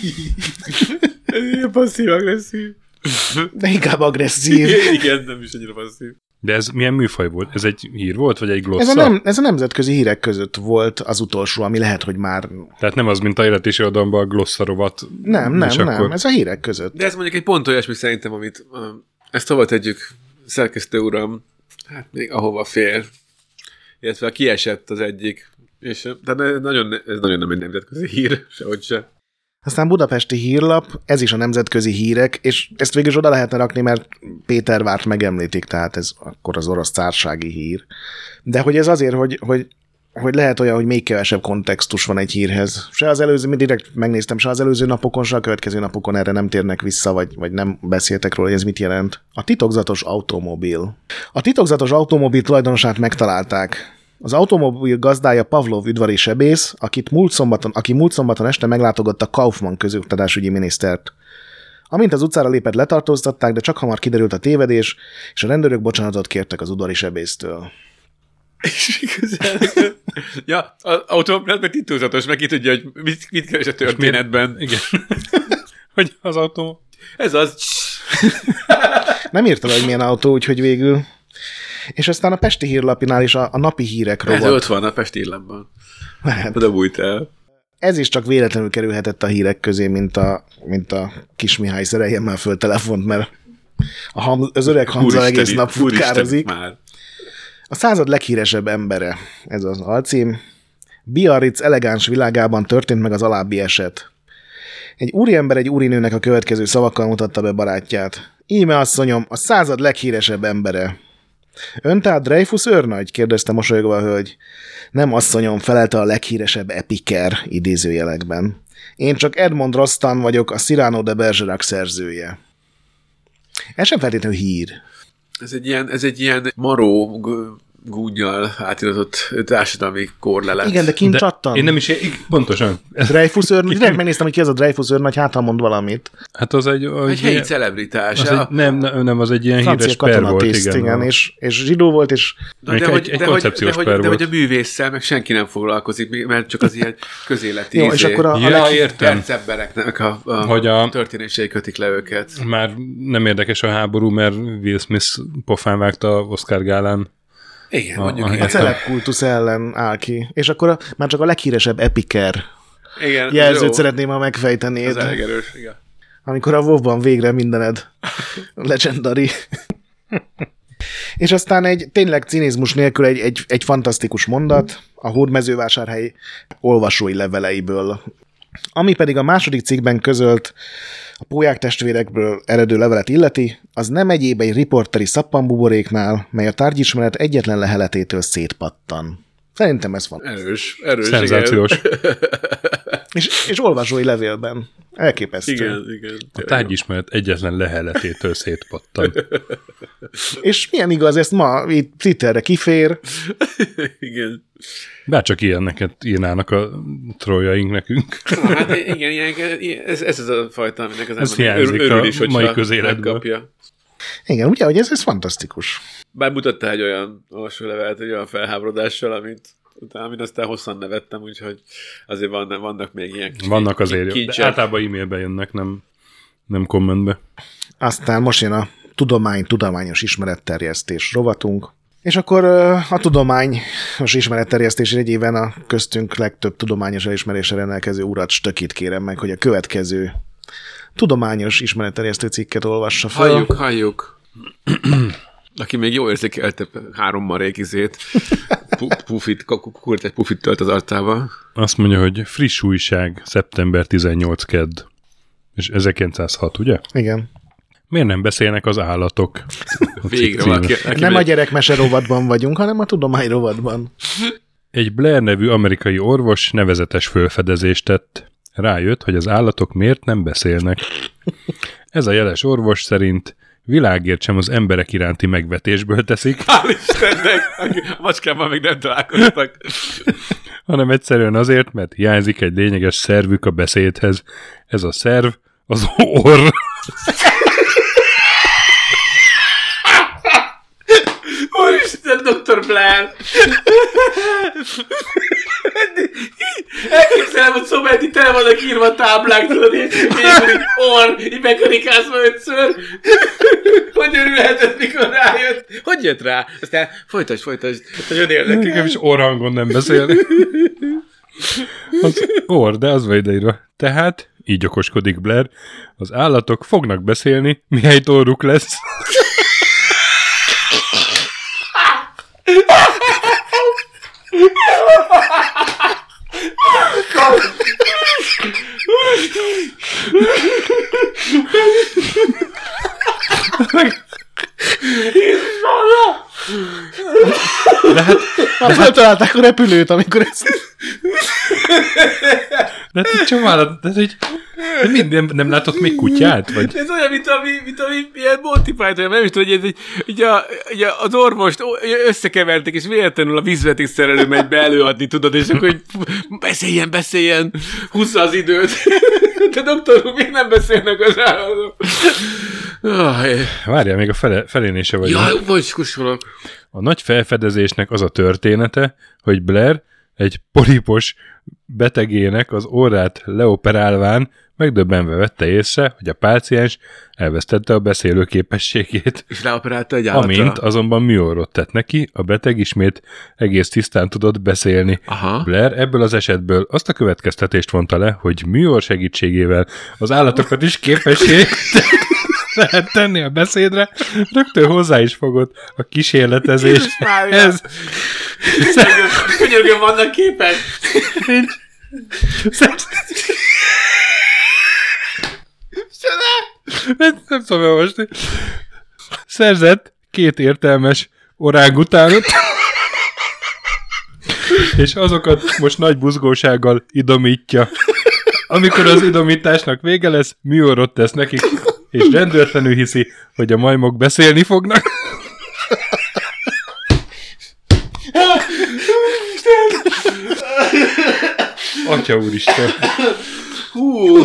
[SPEAKER 3] Passzív-agresszív.
[SPEAKER 1] De inkább agresszív.
[SPEAKER 3] Igen, nem is annyira passzív.
[SPEAKER 2] De ez milyen műfaj volt? Ez egy hír volt, vagy egy glossza?
[SPEAKER 1] Ez a, nem, ez a nemzetközi hírek között volt az utolsó, ami lehet, hogy már...
[SPEAKER 2] Tehát nem az, mint a élet és irodalomban a glosszarovat.
[SPEAKER 1] Nem, nem, nem, akkor... ez a hírek között.
[SPEAKER 3] De ez mondjuk egy pont olyasmi szerintem, amit uh, ezt hova tegyük, szerkesztő uram, hát még ahova fér. Illetve kiesett az egyik. És, tehát ez nagyon, ez nagyon nem egy nemzetközi hír, sehogy se.
[SPEAKER 1] Aztán budapesti hírlap, ez is a nemzetközi hírek, és ezt végül is oda lehetne rakni, mert Pétervárt megemlítik, tehát ez akkor az orosz cársági hír. De hogy ez azért, hogy, hogy, hogy lehet olyan, hogy még kevesebb kontextus van egy hírhez. Se az előző, mi direkt megnéztem, se az előző napokon, se a következő napokon erre nem térnek vissza, vagy, vagy nem beszéltek róla, hogy ez mit jelent. A titokzatos automobil. A titokzatos automobil tulajdonosát megtalálták. Az automobil gazdája Pavlov udvari sebész, akit múlt szombaton, aki múlt szombaton este meglátogatta Kaufmann közoktatásügyi minisztert. Amint az utcára lépett, letartóztatták, de csak hamar kiderült a tévedés, és a rendőrök bocsánatot kértek az udvari sebésztől.
[SPEAKER 3] És igazán... ja, az automobil meg titokzatos, meg ki tudja, hogy mit, mit keres a történetben.
[SPEAKER 2] Igen. Hogy az autó...
[SPEAKER 3] Ez az...
[SPEAKER 1] Nem írta, hogy milyen autó, úgyhogy végül... És aztán a Pesti Hírlapinál is a, a napi hírek rovat.
[SPEAKER 3] Ez ott van a Pesti Hírlapban.
[SPEAKER 1] Lehet.
[SPEAKER 3] Oda bújt el.
[SPEAKER 1] Ez is csak véletlenül kerülhetett a hírek közé, mint a, mint a Kis Mihály szereljen már föl telefont, mert a ham, az öreg Hamza egész nap futkározik. A század leghíresebb embere, ez az alcím. Biarritz elegáns világában történt meg az alábbi eset. Egy úriember egy úrinőnek a következő szavakkal mutatta be barátját. Íme asszonyom, a század leghíresebb embere. Ön tehát Dreyfus őrnagy? Kérdezte mosolygva a hölgy. Nem asszonyom, felelte a leghíresebb epiker idézőjelekben. Én csak Edmond Rostand vagyok, a Cyrano de Bergerac szerzője. Ez sem feltétlenül hír.
[SPEAKER 3] Ez egy ilyen, ez egy ilyen maró gúnnyal átiratott társadalmi korlelet.
[SPEAKER 1] Igen, de kint csattan.
[SPEAKER 2] Én nem is, pontosan.
[SPEAKER 1] Dreyfus őrnagy, direkt megnéztem, hogy ki az a Dreyfus őrnagy, hát ha mond valamit.
[SPEAKER 2] Hát az egy...
[SPEAKER 3] Egy, egy helyi celebritás.
[SPEAKER 2] Az egy, nem, nem, az egy ilyen
[SPEAKER 1] francia
[SPEAKER 2] híres per volt, igen.
[SPEAKER 1] igen és, és zsidó volt, és...
[SPEAKER 3] De, de, hogy, egy de, koncepciós de, per de, volt. De hogy a művésszel meg senki nem foglalkozik, mert csak az ilyen közéleti
[SPEAKER 1] jó, és akkor a,
[SPEAKER 2] ja,
[SPEAKER 1] a
[SPEAKER 3] legpercembereknek a, a, hogy a történései kötik le őket.
[SPEAKER 2] Már nem érdekes a háború, mert Will Smith pofán vágta Oscar gálán.
[SPEAKER 3] Igen,
[SPEAKER 1] a,
[SPEAKER 3] mondjuk.
[SPEAKER 1] A, a celebkultusz ellen áll ki. És akkor a, már csak a leghíresebb epiker
[SPEAKER 3] igen,
[SPEAKER 1] jelzőt
[SPEAKER 3] jó.
[SPEAKER 1] szeretném, ha megfejtenéd.
[SPEAKER 3] Ez elég erős, igen.
[SPEAKER 1] Amikor a WoW-ban végre mindened legendary. És aztán egy tényleg cinizmus nélkül egy, egy, egy fantasztikus mondat a Hódmezővásárhely olvasói leveleiből. Ami pedig a második cikkben közölt a Pólyák testvérekből eredő levelet illeti, az nem egyéb egy riporteri szappanbuboréknál, mely a tárgyismeret egyetlen leheletétől szétpattan. Szerintem ez van.
[SPEAKER 3] Erős, erős.
[SPEAKER 2] Szenzációs.
[SPEAKER 1] és, és olvasói levélben. Elképesztő.
[SPEAKER 3] Igen, igen.
[SPEAKER 2] A tárgyismeret egyetlen leheletétől szétpattan.
[SPEAKER 1] És milyen igaz, ezt ma itt Twitterre kifér.
[SPEAKER 3] Igen.
[SPEAKER 2] Bárcsak ilyeneket írnának a troljaink nekünk.
[SPEAKER 3] Na, hát igen, ilyen, ez, ez az a fajta, aminek az
[SPEAKER 2] ez hiányzik
[SPEAKER 3] örül is,
[SPEAKER 2] a mai közéletből.
[SPEAKER 1] Igen, ugye, hogy ez, ez fantasztikus.
[SPEAKER 3] Bár mutatta egy olyan olvasólevelet, egy olyan felháborodással, amit utána, amit aztán hosszan nevettem, úgyhogy azért vannak, vannak még ilyen kis
[SPEAKER 2] vannak azért jó, de általában e-mailbe jönnek, nem, nem kommentbe.
[SPEAKER 1] Aztán most jön a tudomány, tudományos ismeretterjesztés rovatunk, és akkor a tudományos ismeretterjesztés egyében a köztünk legtöbb tudományos elismerésre rendelkező urat Stökit kérem meg, hogy a következő tudományos ismeretterjesztő cikket olvassa fel.
[SPEAKER 3] Halljuk, halljuk. Aki még jól érzékelte három marék izét, pufit, kurt egy pufit tölt az arcába.
[SPEAKER 2] Azt mondja, hogy friss újság, szeptember tizennyolcadika kedd. És ezerkilencszázhat, ugye?
[SPEAKER 1] Igen.
[SPEAKER 2] Miért nem beszélnek az állatok?
[SPEAKER 3] Végre valaki.
[SPEAKER 1] Nem a gyerekmese rovatban vagyunk, hanem a tudomány rovatban.
[SPEAKER 2] Egy Blair nevű amerikai orvos nevezetes fölfedezést tett. Rájött, hogy az állatok miért nem beszélnek. Ez a jeles orvos szerint világért sem az emberek iránti megvetésből teszik.
[SPEAKER 3] Hál' Istennek! A macskában még nem találkoztak.
[SPEAKER 2] Hanem egyszerűen azért, mert hiányzik egy lényeges szervük a beszédhez. Ez a szerv az orr.
[SPEAKER 3] Úristen, doktor Blair! Elképzelem, hogy szobáti tele vannak írva a táblák, tudod, így orr, így megkarikázva ötször. Hogy örülhetett, mikor rájött? Hogy jött rá? Aztán folytasd, folytasd. Nagyon érdekel.
[SPEAKER 2] Nekem is orrhangon nem beszélni. Az orr, de az van ideírva. Tehát, így okoskodik Blair, az állatok fognak beszélni, mihelyt orruk lesz.
[SPEAKER 1] De hát, de feltalálták a repülőt, amikor ezt...
[SPEAKER 2] De hát egy csomállat, de hogy de mind, nem, nem látott még kutyát? Vagy?
[SPEAKER 3] Ez olyan, mint ami, mint ami ilyen Monty Python, nem is tudom, hogy ez egy, ugye, ugye az orvost összekevertek, és véletlenül a vízvetékszerelő megy be előadni, tudod, és akkor hogy beszéljen, beszéljen, húzza az időt. De doktor úr, miért nem beszélnek az állatok?
[SPEAKER 2] Várjál, még a fele, felénése vagy.
[SPEAKER 3] Jaj, bocs, kussolok.
[SPEAKER 2] A nagy felfedezésnek az a története, hogy Blair egy polipos betegének az orrát leoperálván megdöbbenve vette észre, hogy a páciens elvesztette a beszélő képességét.
[SPEAKER 3] És leoperálta egy állatra.
[SPEAKER 2] Amint azonban műorrot tett neki, a beteg ismét egész tisztán tudott beszélni.
[SPEAKER 3] Aha.
[SPEAKER 2] Blair ebből az esetből azt a következtetést vonta le, hogy műorr segítségével az állatokat is képessé lehet tenni a beszédre, rögtön hozzá is fogott a kísérletezéshez.
[SPEAKER 3] Könyörgöm, vannak képek.
[SPEAKER 2] Nincs. Nem, nem tudom elmosni. Szerzett két értelmes orángutánot, és azokat most nagy buzgósággal idomítja. Amikor az idomításnak vége lesz, műorrot tesz nekik, és rendőrtlenül hiszi, hogy a majmok beszélni fognak. Atya úristen.
[SPEAKER 3] Hú.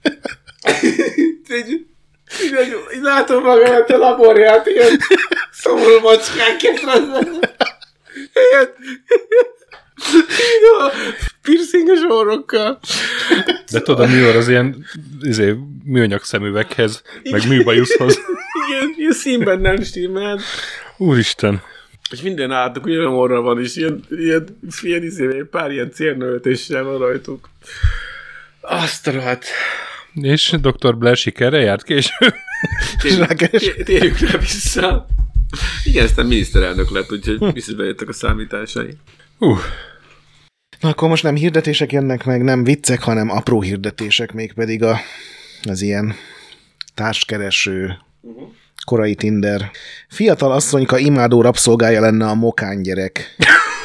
[SPEAKER 3] Így, így, így látom magamat a laborját, ilyen szomorú macskákért rendben. Ilyen, ilyen a piercinges orrokkal.
[SPEAKER 2] De tudod, a műor az ilyen izé, műanyag szemüveghez, meg műbajuszhoz.
[SPEAKER 3] Igen, ilyen színben nem stimmel.
[SPEAKER 2] Úristen.
[SPEAKER 3] És minden állatok olyan orra van, és ilyen, ilyen, ilyen izé, pár ilyen cérnöltéssel van rajtuk. Azt a rohadt.
[SPEAKER 2] És doktor Blair sikerre járt később.
[SPEAKER 3] Térjük rá vissza. Igen, aztán miniszterelnök lett, úgyhogy biztos bejöttek a számításai.
[SPEAKER 2] Uh.
[SPEAKER 1] Na akkor most nem hirdetések jönnek meg, nem viccek, hanem apró hirdetések, mégpedig a, az ilyen társkereső, uh-huh. korai Tinder. Fiatal asszonyka imádó rabszolgája lenne a mokán gyerek.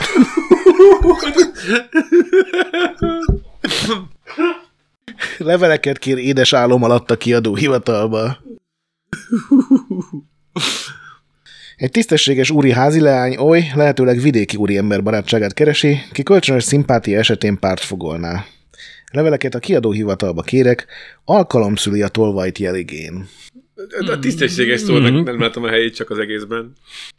[SPEAKER 1] Leveleket kér édes álom alatt a kiadó hivatalba. Egy tisztességes úri házileány oly, lehetőleg vidéki úriember barátságát keresi, ki kölcsönös szimpátia esetén párt fogolná. Leveleket a kiadó hivatalba kérek, alkalom szüli a tolvajt jeligén.
[SPEAKER 3] A tisztességes szónak mm-hmm. nem látom a helyét csak az egészben.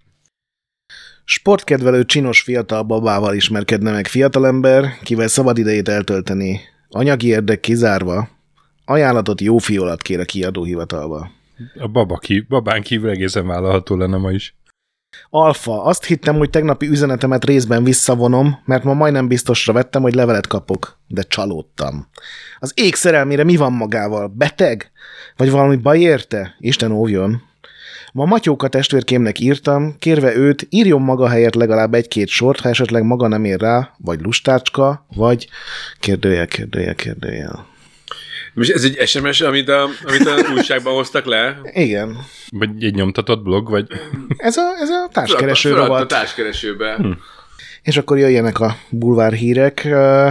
[SPEAKER 1] Sportkedvelő csinos fiatal babával ismerkedne meg fiatalember, kivel szabad idejét eltölteni. Anyagi érdek kizárva, ajánlatot jó fiolat kér a kiadóhivatalba.
[SPEAKER 2] A baba ki, babán kívül egészen vállalható lenne ma is.
[SPEAKER 1] Alfa, azt hittem, hogy tegnapi üzenetemet részben visszavonom, mert ma majdnem biztosra vettem, hogy levelet kapok, de csalódtam. Az ég szerelmére mi van magával? Beteg? Vagy valami baj érte? Isten óvjon. Ma Matyóka testvérkémnek írtam, kérve őt, írjon maga helyett legalább egy-két sort, ha esetleg maga nem ér rá, vagy lustácska, vagy kérdőjel, kérdőjel, kérdőjel.
[SPEAKER 3] Most ez egy es em es, amit a, amit a újságban hoztak le?
[SPEAKER 1] Igen.
[SPEAKER 2] Vagy egy nyomtatott blog, vagy...
[SPEAKER 1] Ez a, ez a társkereső
[SPEAKER 3] rovat.
[SPEAKER 1] rovat.
[SPEAKER 3] A társkeresőbe. Hm.
[SPEAKER 1] És akkor jöjjenek a bulvár hírek.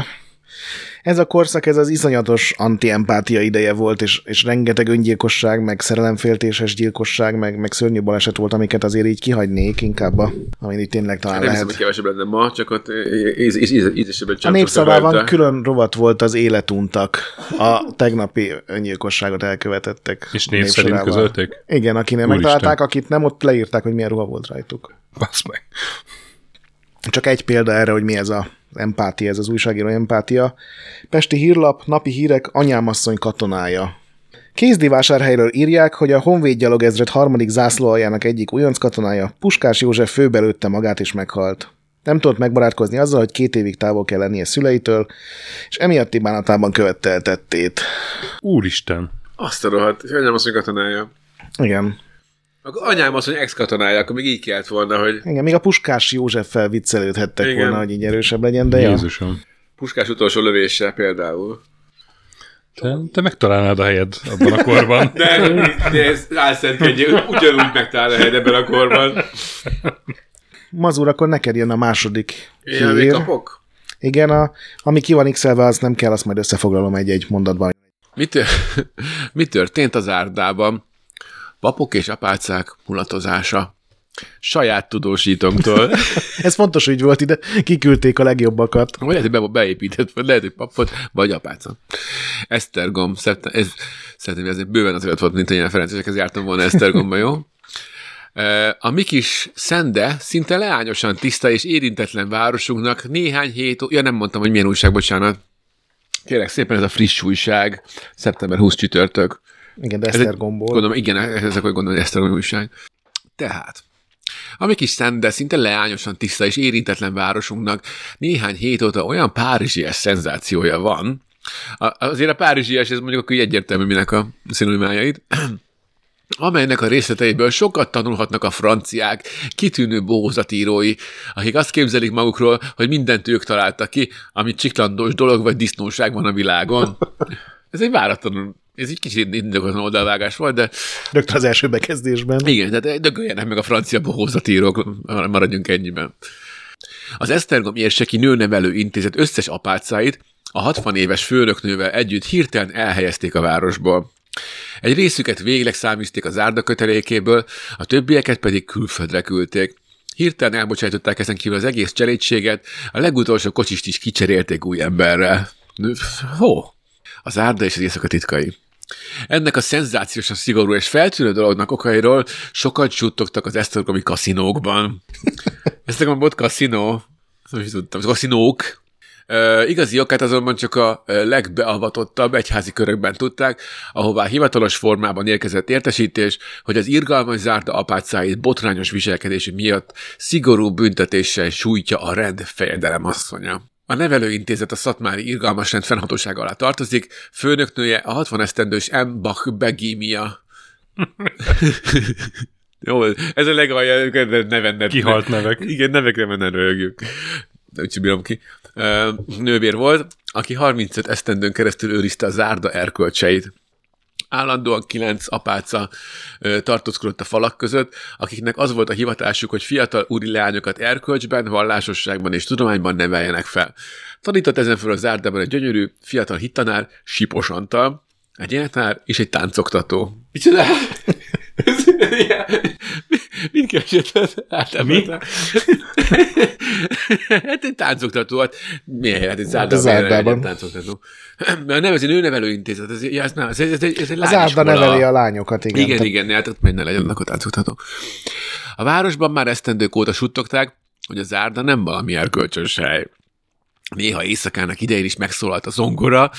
[SPEAKER 1] Ez a korszak, ez az iszonyatos anti-empátia ideje volt, és, és rengeteg öngyilkosság, meg szerelemféltéses gyilkosság, meg, meg szörnyű baleset volt, amiket azért így kihagynék inkább, amin így tényleg talán
[SPEAKER 3] nem
[SPEAKER 1] lehet.
[SPEAKER 3] Nem hiszem, hogy kevesebb lenne ma, csak ott ízesebben
[SPEAKER 1] A Népszavában külön rovat volt az életuntak. A tegnapi öngyilkosságot elkövetettek.
[SPEAKER 2] És név szerint közölték?
[SPEAKER 1] Igen, akinél megtalálták, akit nem, ott leírták, hogy milyen ruha volt rajtuk.
[SPEAKER 2] Basz meg.
[SPEAKER 1] Csak egy példa erre, hogy mi ez a empátia, ez az újságíró empátia. Pesti hírlap, napi hírek, anyámasszony katonája. Kézdivásárhelyről írják, hogy a Honvéd gyalogezred harmadik zászlóaljának egyik újonc katonája, Puskás József főbelőtte magát és meghalt. Nem tudott megbarátkozni azzal, hogy két évig távol kell lennie szüleitől, és emiatti bánatában követte el tettét.
[SPEAKER 2] Úristen!
[SPEAKER 3] Azt a rohadt, és anyámasszony katonája.
[SPEAKER 1] Igen.
[SPEAKER 3] Akkor anyám azt, hogy ex-katonája, akkor még így kellett volna, hogy...
[SPEAKER 1] Igen, még a Puskás Józseffel viccelődhettek
[SPEAKER 3] Igen.
[SPEAKER 1] volna, hogy így erősebb legyen, de
[SPEAKER 2] Jézusom.
[SPEAKER 1] Ja.
[SPEAKER 3] Puskás utolsó lövése például.
[SPEAKER 2] Te, te megtalálnád a helyed abban a korban.
[SPEAKER 3] De, de ez álszentkedjél, ugyanúgy megtalál a helyed ebben a korban.
[SPEAKER 1] Mazur, akkor neked jön a második
[SPEAKER 3] Ilyen
[SPEAKER 1] hír.
[SPEAKER 3] kapok?
[SPEAKER 1] Igen, a, ami ki van x-elve, az nem kell, azt majd összefoglalom egy-egy mondatban.
[SPEAKER 3] Mi, tör, mi történt az Árdában? Papok és apácák mulatozása. Saját tudósítónktól.
[SPEAKER 1] Ez fontos ügy volt, ide kiküldték a legjobbakat.
[SPEAKER 3] Vagy lehet, hogy beépített, vagy lehet, hogy papot, vagy apáca. Esztergom, ez, szerintem ez bőven azért volt, mint ilyen Ferencesekhez jártam volna Esztergomba, jó? A mi kis Szende szinte leányosan tiszta és érintetlen városunknak néhány hét... Ja, nem mondtam, hogy milyen újság, bocsánat. Kérlek szépen, ez a friss újság, szeptember huszadika csütörtök.
[SPEAKER 1] Igen, de Esztergomból.
[SPEAKER 3] Gondolom, igen, ezek hogy gondolom, hogy Esztergom újság. Tehát, a mi kis Szende szinte leányosan tiszta és érintetlen városunknak néhány hét óta olyan párizsies szenzációja van. A, azért a párizsies, ez mondjuk akkor egyértelmű, minek a szinonimájait, amelynek a részleteiből sokat tanulhatnak a franciák, kitűnő bózatírói, akik azt képzelik magukról, hogy mindent ők találtak ki, ami csiklandós dolog vagy disznóság van a világon. Ez egy váratlanul, ez egy kicsit indokatlan oldalvágás volt, de...
[SPEAKER 1] Rögtön az első bekezdésben.
[SPEAKER 3] Igen, de dögöljenek meg a francia bózatírók, maradjunk ennyiben. Az Esztergom érseki nőnevelő intézet összes apácáit a hatvan éves főnöknővel együtt hirtelen elhelyezték a városból. Egy részüket végleg száműzték az Árda kötelékéből, a többieket pedig külföldre küldték. Hirtelen elbocsájtották ezen kívül az egész cselédséget, a legutolsó kocsist is kicserélték új emberrel. Hó! Az Árda és az éjszaka titkai. Ennek a szenzációsan szigorú és feltűnő dolognak okairól sokat suttogtak az esztergomi kaszinókban. Esztergom volt kaszinó, nem is tudtam, kaszinók. Uh, igazi okát azonban csak a uh, legbeavatottabb egyházi körökben tudták, ahová hivatalos formában érkezett értesítés, hogy az irgalmas Zárda apácáit botrányos viselkedési miatt szigorú büntetéssel sújtja a rend fejedelem asszonya. A nevelőintézet a szatmári irgalmas rend fennhatósága alá tartozik, főnöknője a hatvan esztendős M. Bach Begímia. Jó, ez a legalja, neven ne
[SPEAKER 2] Kihalt nevek.
[SPEAKER 3] Igen, nevekre menne röhögjük. Úgyhogy bírom ki. Nővér volt, aki harmincöt esztendőn keresztül őrizte a Zárda erkölcseit. Állandóan kilenc apáca tartózkodott a falak között, akiknek az volt a hivatásuk, hogy fiatal úri leányokat erkölcsben, vallásosságban és tudományban neveljenek fel. Tanított ezen fel a Zárdában egy gyönyörű, fiatal hittanár, Sipos Antal, egy énektanár és egy táncoktató. Micsoda? Mit keresett?
[SPEAKER 2] Mi?
[SPEAKER 3] Hát egy táncoktató. Hát milyen hát egy zárdában.
[SPEAKER 1] zárdában.
[SPEAKER 3] Táncoktató. Nem, ez egy nőnevelőintézet. Ez, ja, ez, nem, ez, ez, ez egy
[SPEAKER 1] Az Zárda neveli a lányokat, igen.
[SPEAKER 3] Igen, igen, hát ott menne legyen a táncoktató. A városban már esztendők óta suttogták, hogy a Zárda nem valami erkölcsös hely. Néha éjszakának idején is megszólalt a zongora.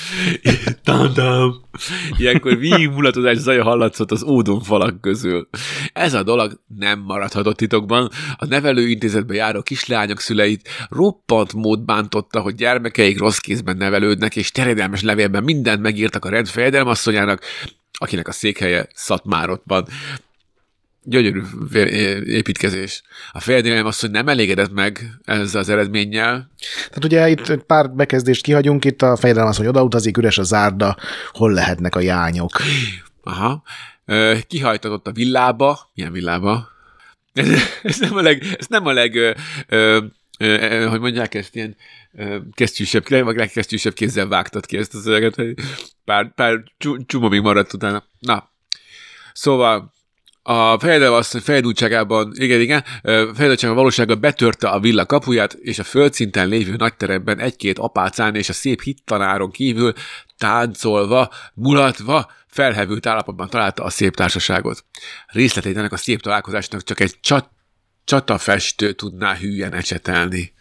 [SPEAKER 3] Tandam! Ilyenkor végigmulatozás zaja hallatszott az ódonfalak közül. Ez a dolog nem maradhatott titokban. A nevelőintézetbe járó kislányok szüleit roppant mód bántotta, hogy gyermekeik rossz kézben nevelődnek, és terjedelmes levélben mindent megírtak a rend fejedelmasszonyának, akinek a székhelye Szatmárotban. Gyönyörű építkezés. A fejedelem azt, hogy nem elégedett meg ezzel az eredménnyel.
[SPEAKER 1] Tehát ugye itt pár bekezdést kihagyunk, itt a fejedelem azt, hogy odautazik, üres a Zárda, hol lehetnek a jányok.
[SPEAKER 3] Aha. Kihajtatott a villába. Milyen villába? Ez, ez nem a leg, ez nem a leg ö, ö, ö, hogy mondják ezt, ilyen kesztyűsebb, vagy legkesztyűsebb kézzel vágtad ki ezt az öleget. Pár, pár csuma még maradt utána. Na. Szóval a fejedelem azt, hogy fejedultságában, igen, igen, fejedultságában valósággal betörte a villa kapuját, és a földszinten lévő nagyteremben egy-két apácán és a szép hittanáron kívül táncolva, mulatva, felhevült állapotban találta a szép társaságot. Részleteit ennek a szép találkozásnak csak egy csat, csatafestő tudná hülyen ecsetelni.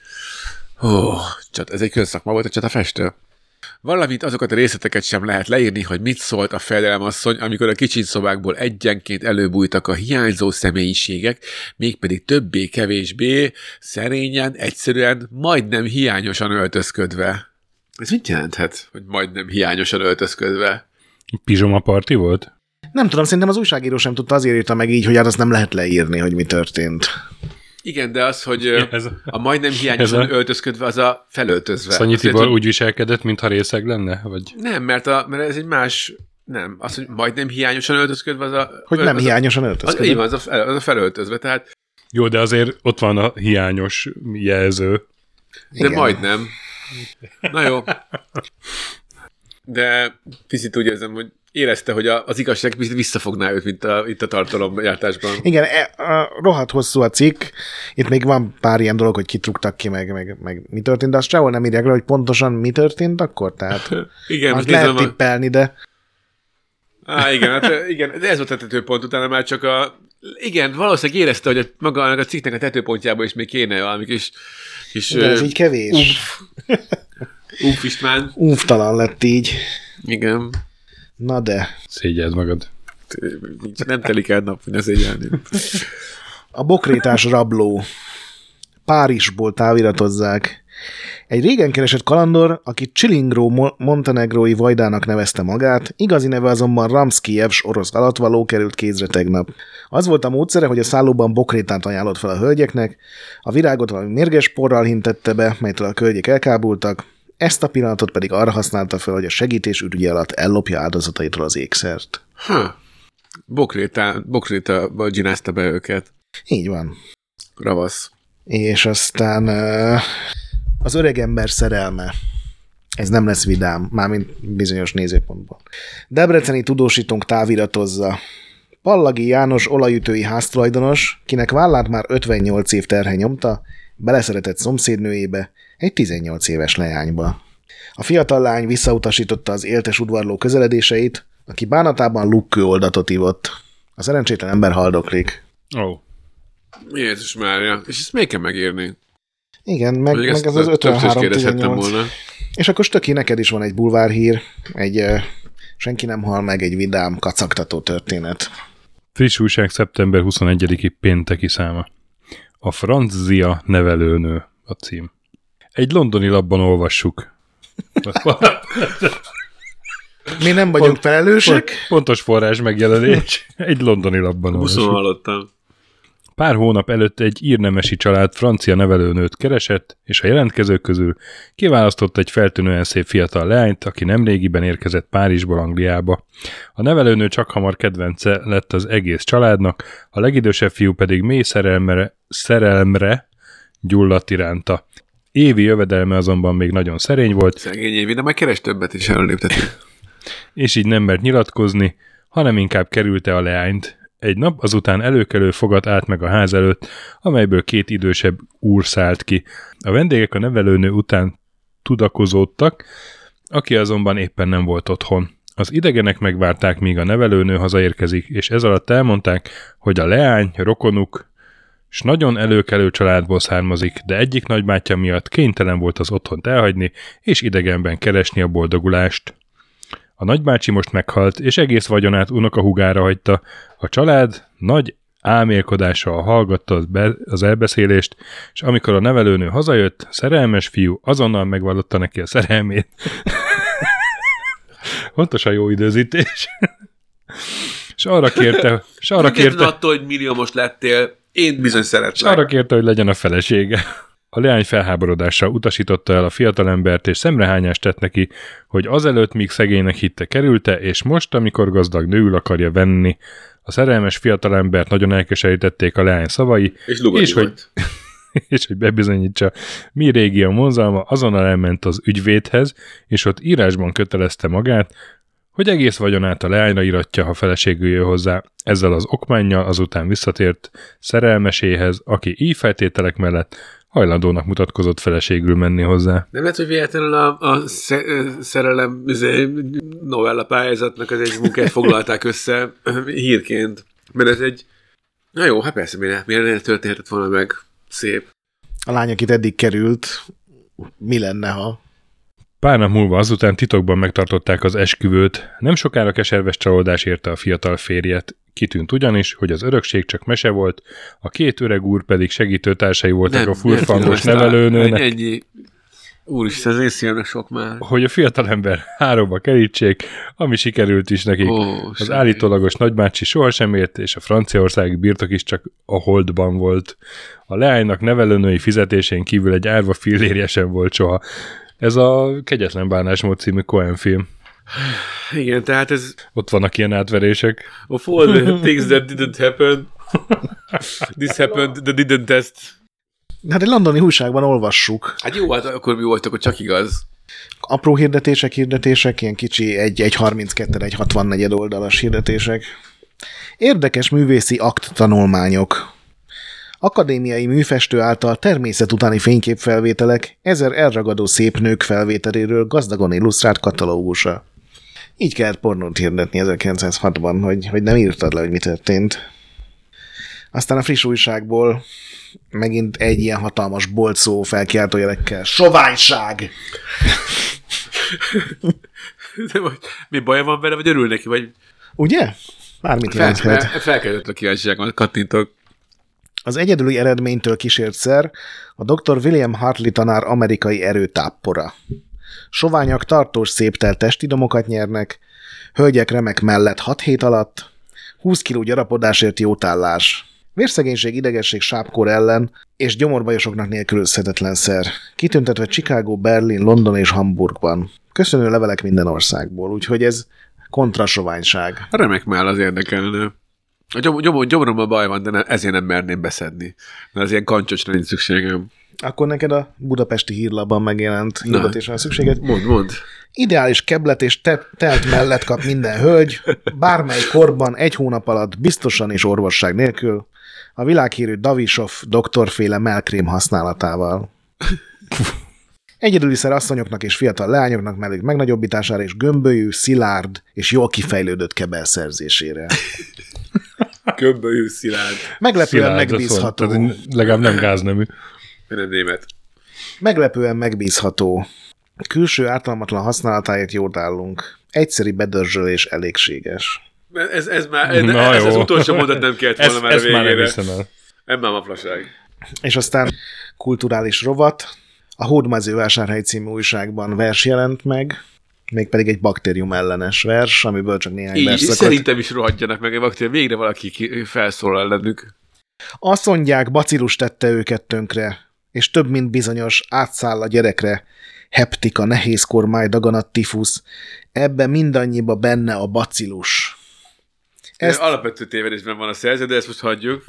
[SPEAKER 3] Ó, csat, ez egy közszakma volt, a csatafestő. Valamint azokat a részleteket sem lehet leírni, hogy mit szólt a fejedelemasszony, amikor a kicsit szobákból egyenként előbújtak a hiányzó személyiségek, mégpedig többé-kevésbé, szerényen, egyszerűen, majdnem hiányosan öltözködve. Ez mit jelenthet, hogy majdnem hiányosan öltözködve?
[SPEAKER 2] Pizsoma party volt?
[SPEAKER 1] Nem tudom, szerintem az újságíró sem tudta, azért írta meg így, hogy hát azt nem lehet leírni, hogy mi történt.
[SPEAKER 3] Igen, de az, hogy
[SPEAKER 2] ez a,
[SPEAKER 3] a majdnem hiányosan
[SPEAKER 2] a,
[SPEAKER 3] öltözködve, az a felöltözve.
[SPEAKER 2] Szanyi Tibor úgy viselkedett, mintha részeg lenne? Vagy?
[SPEAKER 3] Nem, mert, a, mert ez egy más... Nem, az, hogy majdnem hiányosan öltözködve, az a...
[SPEAKER 1] Hogy nem
[SPEAKER 3] az
[SPEAKER 1] hiányosan
[SPEAKER 3] a,
[SPEAKER 1] öltözködve.
[SPEAKER 3] Az, így van, az a, az a felöltözve, tehát...
[SPEAKER 2] Jó, de azért ott van a hiányos jelző.
[SPEAKER 3] De igen. Majdnem. Na jó. De picit úgy érzem, hogy érezte, hogy az igazság visszafogná őt, mint a, itt a tartalomgyártásban.
[SPEAKER 1] Igen, a rohadt hosszú a cikk. Itt még van pár ilyen dolog, hogy kitrugtak ki, meg, meg, meg mi történt, de azt sehol nem írják le, hogy pontosan mi történt akkor, tehát
[SPEAKER 3] igen,
[SPEAKER 1] azt lehet tippelni, de...
[SPEAKER 3] Á, igen, hát, igen, de ez volt a tetőpont, utána már csak a... Igen, valószínűleg érezte, hogy a, maga a cikknek a tetőpontjában is még kéne valami kis... kis
[SPEAKER 1] igen, ez így kevés.
[SPEAKER 3] Umf. Umf István.
[SPEAKER 1] Umftalan lett így.
[SPEAKER 3] Igen.
[SPEAKER 1] Na de.
[SPEAKER 2] Szégyeld magad.
[SPEAKER 3] Nem telik el nap, hogy ne szégyelni.
[SPEAKER 1] A bokrétás rabló. Párizsból táviratozzák. Egy régen keresett kalandor, aki Csilingró montenegrói vajdának nevezte magát, igazi neve azonban Ramszkijevs orosz alattvaló került kézre tegnap. Az volt a módszere, hogy a szállóban bokrétát ajánlott fel a hölgyeknek, a virágot valami mérges porral hintette be, melytől a hölgyek elkábultak, ezt a pillanatot pedig arra használta fel, hogy a segítés ürügye alatt ellopja áldozataitól az ékszert.
[SPEAKER 3] Ha, bokréta, bokréta gyinázta be őket.
[SPEAKER 1] Így van.
[SPEAKER 3] Ravasz.
[SPEAKER 1] És aztán az öregember szerelme. Ez nem lesz vidám, mármint bizonyos nézőpontból. Debreceni tudósítónk táviratozza. Pallagi János olajütői háztulajdonos, kinek vállát már ötvennyolc év terhe nyomta, beleszeretett szomszédnőjébe, egy tizennyolc éves leányba. A fiatal lány visszautasította az éltes udvarló közeledéseit, aki bánatában lukkőoldatot ivott. A szerencsétlen ember haldoklik.
[SPEAKER 2] Ó. Oh.
[SPEAKER 3] Jézus Mária. És ezt még kell megírni.
[SPEAKER 1] Igen, meg, meg ez az ötvenhárom tizennyolc. És akkor Stöki, neked is van egy bulvárhír, egy uh, senki nem hal meg, egy vidám, kacagtató történet.
[SPEAKER 2] Friss újság szeptember huszonegyedike pénteki száma. A francia nevelőnő a cím. Egy londoni labban olvassuk.
[SPEAKER 1] Mi nem vagyunk Pont, felelősek.
[SPEAKER 2] Pontos forrás megjelenés. Egy londoni labban olvassuk.
[SPEAKER 3] hallottam.
[SPEAKER 2] Pár hónap előtt egy írnemesi család francia nevelőnőt keresett, és a jelentkezők közül kiválasztott egy feltűnően szép fiatal leányt, aki nemrégiben érkezett Párizsból Angliába. A nevelőnő csak hamar kedvence lett az egész családnak, a legidősebb fiú pedig mély szerelmre, szerelmre gyulladt iránta. Évi jövedelme azonban még nagyon szerény volt.
[SPEAKER 3] Szegény Évi, de már keres többet is előlépteti.
[SPEAKER 2] És így nem mert nyilatkozni, hanem inkább kerülte a leányt. Egy nap azután előkelő fogat állt meg a ház előtt, amelyből két idősebb úr szállt ki. A vendégek a nevelőnő után tudakozódtak, aki azonban éppen nem volt otthon. Az idegenek megvárták, míg a nevelőnő hazaérkezik, és ez alatt elmondták, hogy a leány, rokonuk, s nagyon előkelő családból származik, de egyik nagybátyja miatt kénytelen volt az otthont elhagyni, és idegenben keresni a boldogulást. A nagybácsi most meghalt, és egész vagyonát unokahúgára hagyta. A család nagy álmélkodással hallgatta az elbeszélést, és amikor a nevelőnő hazajött, szerelmes fiú azonnal megvallotta neki a szerelmét. Pontosan jó időzítés. És arra kérte... És arra kérte
[SPEAKER 3] attól, hogy milliómos lettél, én bizony szeretlek.
[SPEAKER 2] És arra kérte, hogy legyen a felesége. A leány felháborodással utasította el a fiatalembert, és szemrehányást tett neki, hogy azelőtt, míg szegénynek hitte, kerülte, és most, amikor gazdag nőül akarja venni. A szerelmes fiatalembert nagyon elkeserítették a leány szavai,
[SPEAKER 3] és,
[SPEAKER 2] és hogy, és hogy bebizonyítsa, mi régi a vonzalma, azonnal elment az ügyvédhez, és ott írásban kötelezte magát, hogy egész vagyonát a leányra iratja, ha feleségül jön hozzá. Ezzel az okmánnyal azután visszatért szerelmeséhez, aki így feltételek mellett hajlandónak mutatkozott feleségül menni hozzá.
[SPEAKER 3] Nem lehet, hogy véletlenül a, a szerelem novella pályázatnak az egy munkát foglalták össze hírként. Mert ez egy... Na jó, hát persze, miért, miért történhetett volna meg szép.
[SPEAKER 1] A lány, akit eddig került, mi lenne, ha...
[SPEAKER 2] Pár nap múlva azután titokban megtartották az esküvőt. Nem sokára keserves csalódás érte a fiatal férjet. Kitűnt ugyanis, hogy az örökség csak mese volt, a két öreg úr pedig segítőtársai voltak nem, a furfangos nevelőnőnek.
[SPEAKER 3] Ennyi. Úristen, ez én szívemnek sok már.
[SPEAKER 2] Hogy a fiatalember háromba kerítsék, ami sikerült is nekik. Oh, az állítólagos nagybácsi sohasem ért, és a franciaországi birtok is csak a holdban volt. A leánynak nevelőnői fizetésén kívül egy árva fillérje sem volt soha. Ez a Kegyetlen bánásmód című Coen film.
[SPEAKER 3] Igen, tehát ez...
[SPEAKER 2] Ott vannak ilyen átverések.
[SPEAKER 3] Of all the things that didn't happen, this happened, that didn't test.
[SPEAKER 1] Hát egy londoni újságban olvassuk.
[SPEAKER 3] Hát jó, hát akkor mi voltak, hogy csak igaz.
[SPEAKER 1] Apró hirdetések, hirdetések, ilyen kicsi egy harminckettő, egy hatvannégy oldalas hirdetések. Érdekes művészi akt tanulmányok. Akadémiai műfestő által természet utáni fényképfelvételek, ezer elragadó szép nők felvételéről gazdagon illusztrált katalógusa. Így kellett pornót hirdetni ezerkilencszázhatban, hogy, hogy nem írtad le, hogy mi történt. Aztán a friss újságból megint egy ilyen hatalmas boltszó felkiáltójelekkel. Soványság!
[SPEAKER 3] De vagy, mi baja van vele, vagy örül neki, vagy...
[SPEAKER 1] Ugye? Bármit jelenthet.
[SPEAKER 3] Fel, felkeltett a kíváncsiságon, kattintok.
[SPEAKER 1] Az egyedüli eredménytől kísért szer a doktor William Hartley tanár amerikai erőtáppora. Soványak tartós széptel testidomokat nyernek, hölgyek remek mellett hat hét alatt, húsz kiló gyarapodásért jótállás. Vérszegénység, idegesség, sápkor ellen és gyomorbajosoknak nélkülözhetetlen szer. Kitüntetve Chicago, Berlin, London és Hamburgban. Köszönő levelek minden országból, úgyhogy ez kontrasoványság.
[SPEAKER 3] A remek mell az érdekelne. A gyom, gyom, gyomromban baj van, de ne, ezért nem merném beszedni. Mert az ilyen kancsosra nincs szükségem.
[SPEAKER 1] Akkor neked a budapesti hírlapban megjelent hirdetésre van szükséged.
[SPEAKER 3] Mondd, mondd.
[SPEAKER 1] Ideális keblet és te- telt mellett kap minden hölgy, bármely korban egy hónap alatt biztosan és orvosság nélkül, a világhírű Davisov doktorféle mellkrém használatával. Egyedüliszer asszonyoknak és fiatal leányoknak mellük megnagyobbítására és gömbölyű, szilárd és jól kifejlődött kebel szerzésére.
[SPEAKER 3] Gömbölyű, szilárd.
[SPEAKER 1] Meglepően
[SPEAKER 2] Szilárd,
[SPEAKER 1] megbízható.
[SPEAKER 2] Szóval, legalább nem gáznemű.
[SPEAKER 3] Nem német.
[SPEAKER 1] Meglepően megbízható. Külső ártalmatlan használatáért jót állunk. Egyszeri bedörzsölés elégséges.
[SPEAKER 3] Ez, ez már, ez, ez az utolsó mondat nem kellett volna már a végére. Ezt már nem hiszem el. Ebben a flaság.
[SPEAKER 1] És aztán kulturális rovat. A Hódmezővásárhely című újságban vers jelent meg, mégpedig egy baktérium ellenes vers, amiből csak néhány vers szakadt.
[SPEAKER 3] Szerintem is rohadjanak meg egy baktérium. Végre valaki felszólal ellenük.
[SPEAKER 1] Azt mondják, bacillus tette őket tönkre, és több mint bizonyos átszáll a gyerekre. Heptika, nehézkormány, daganat, tifusz. Ebben mindannyiba benne a bacillus.
[SPEAKER 3] Ezt... Alapvető tévedésben van a szerző, de ezt most hagyjuk.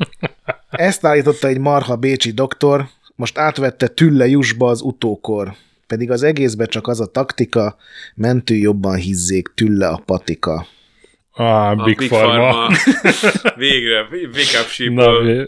[SPEAKER 1] Ezt állította egy marha bécsi doktor, most átvette Tülle Jusba az utókor. Pedig az egészben csak az a taktika, mentő jobban hizzék, Tülle a patika.
[SPEAKER 2] Ah, Big, Big Pharma. Pharma.
[SPEAKER 3] Végre, wake up sheeple.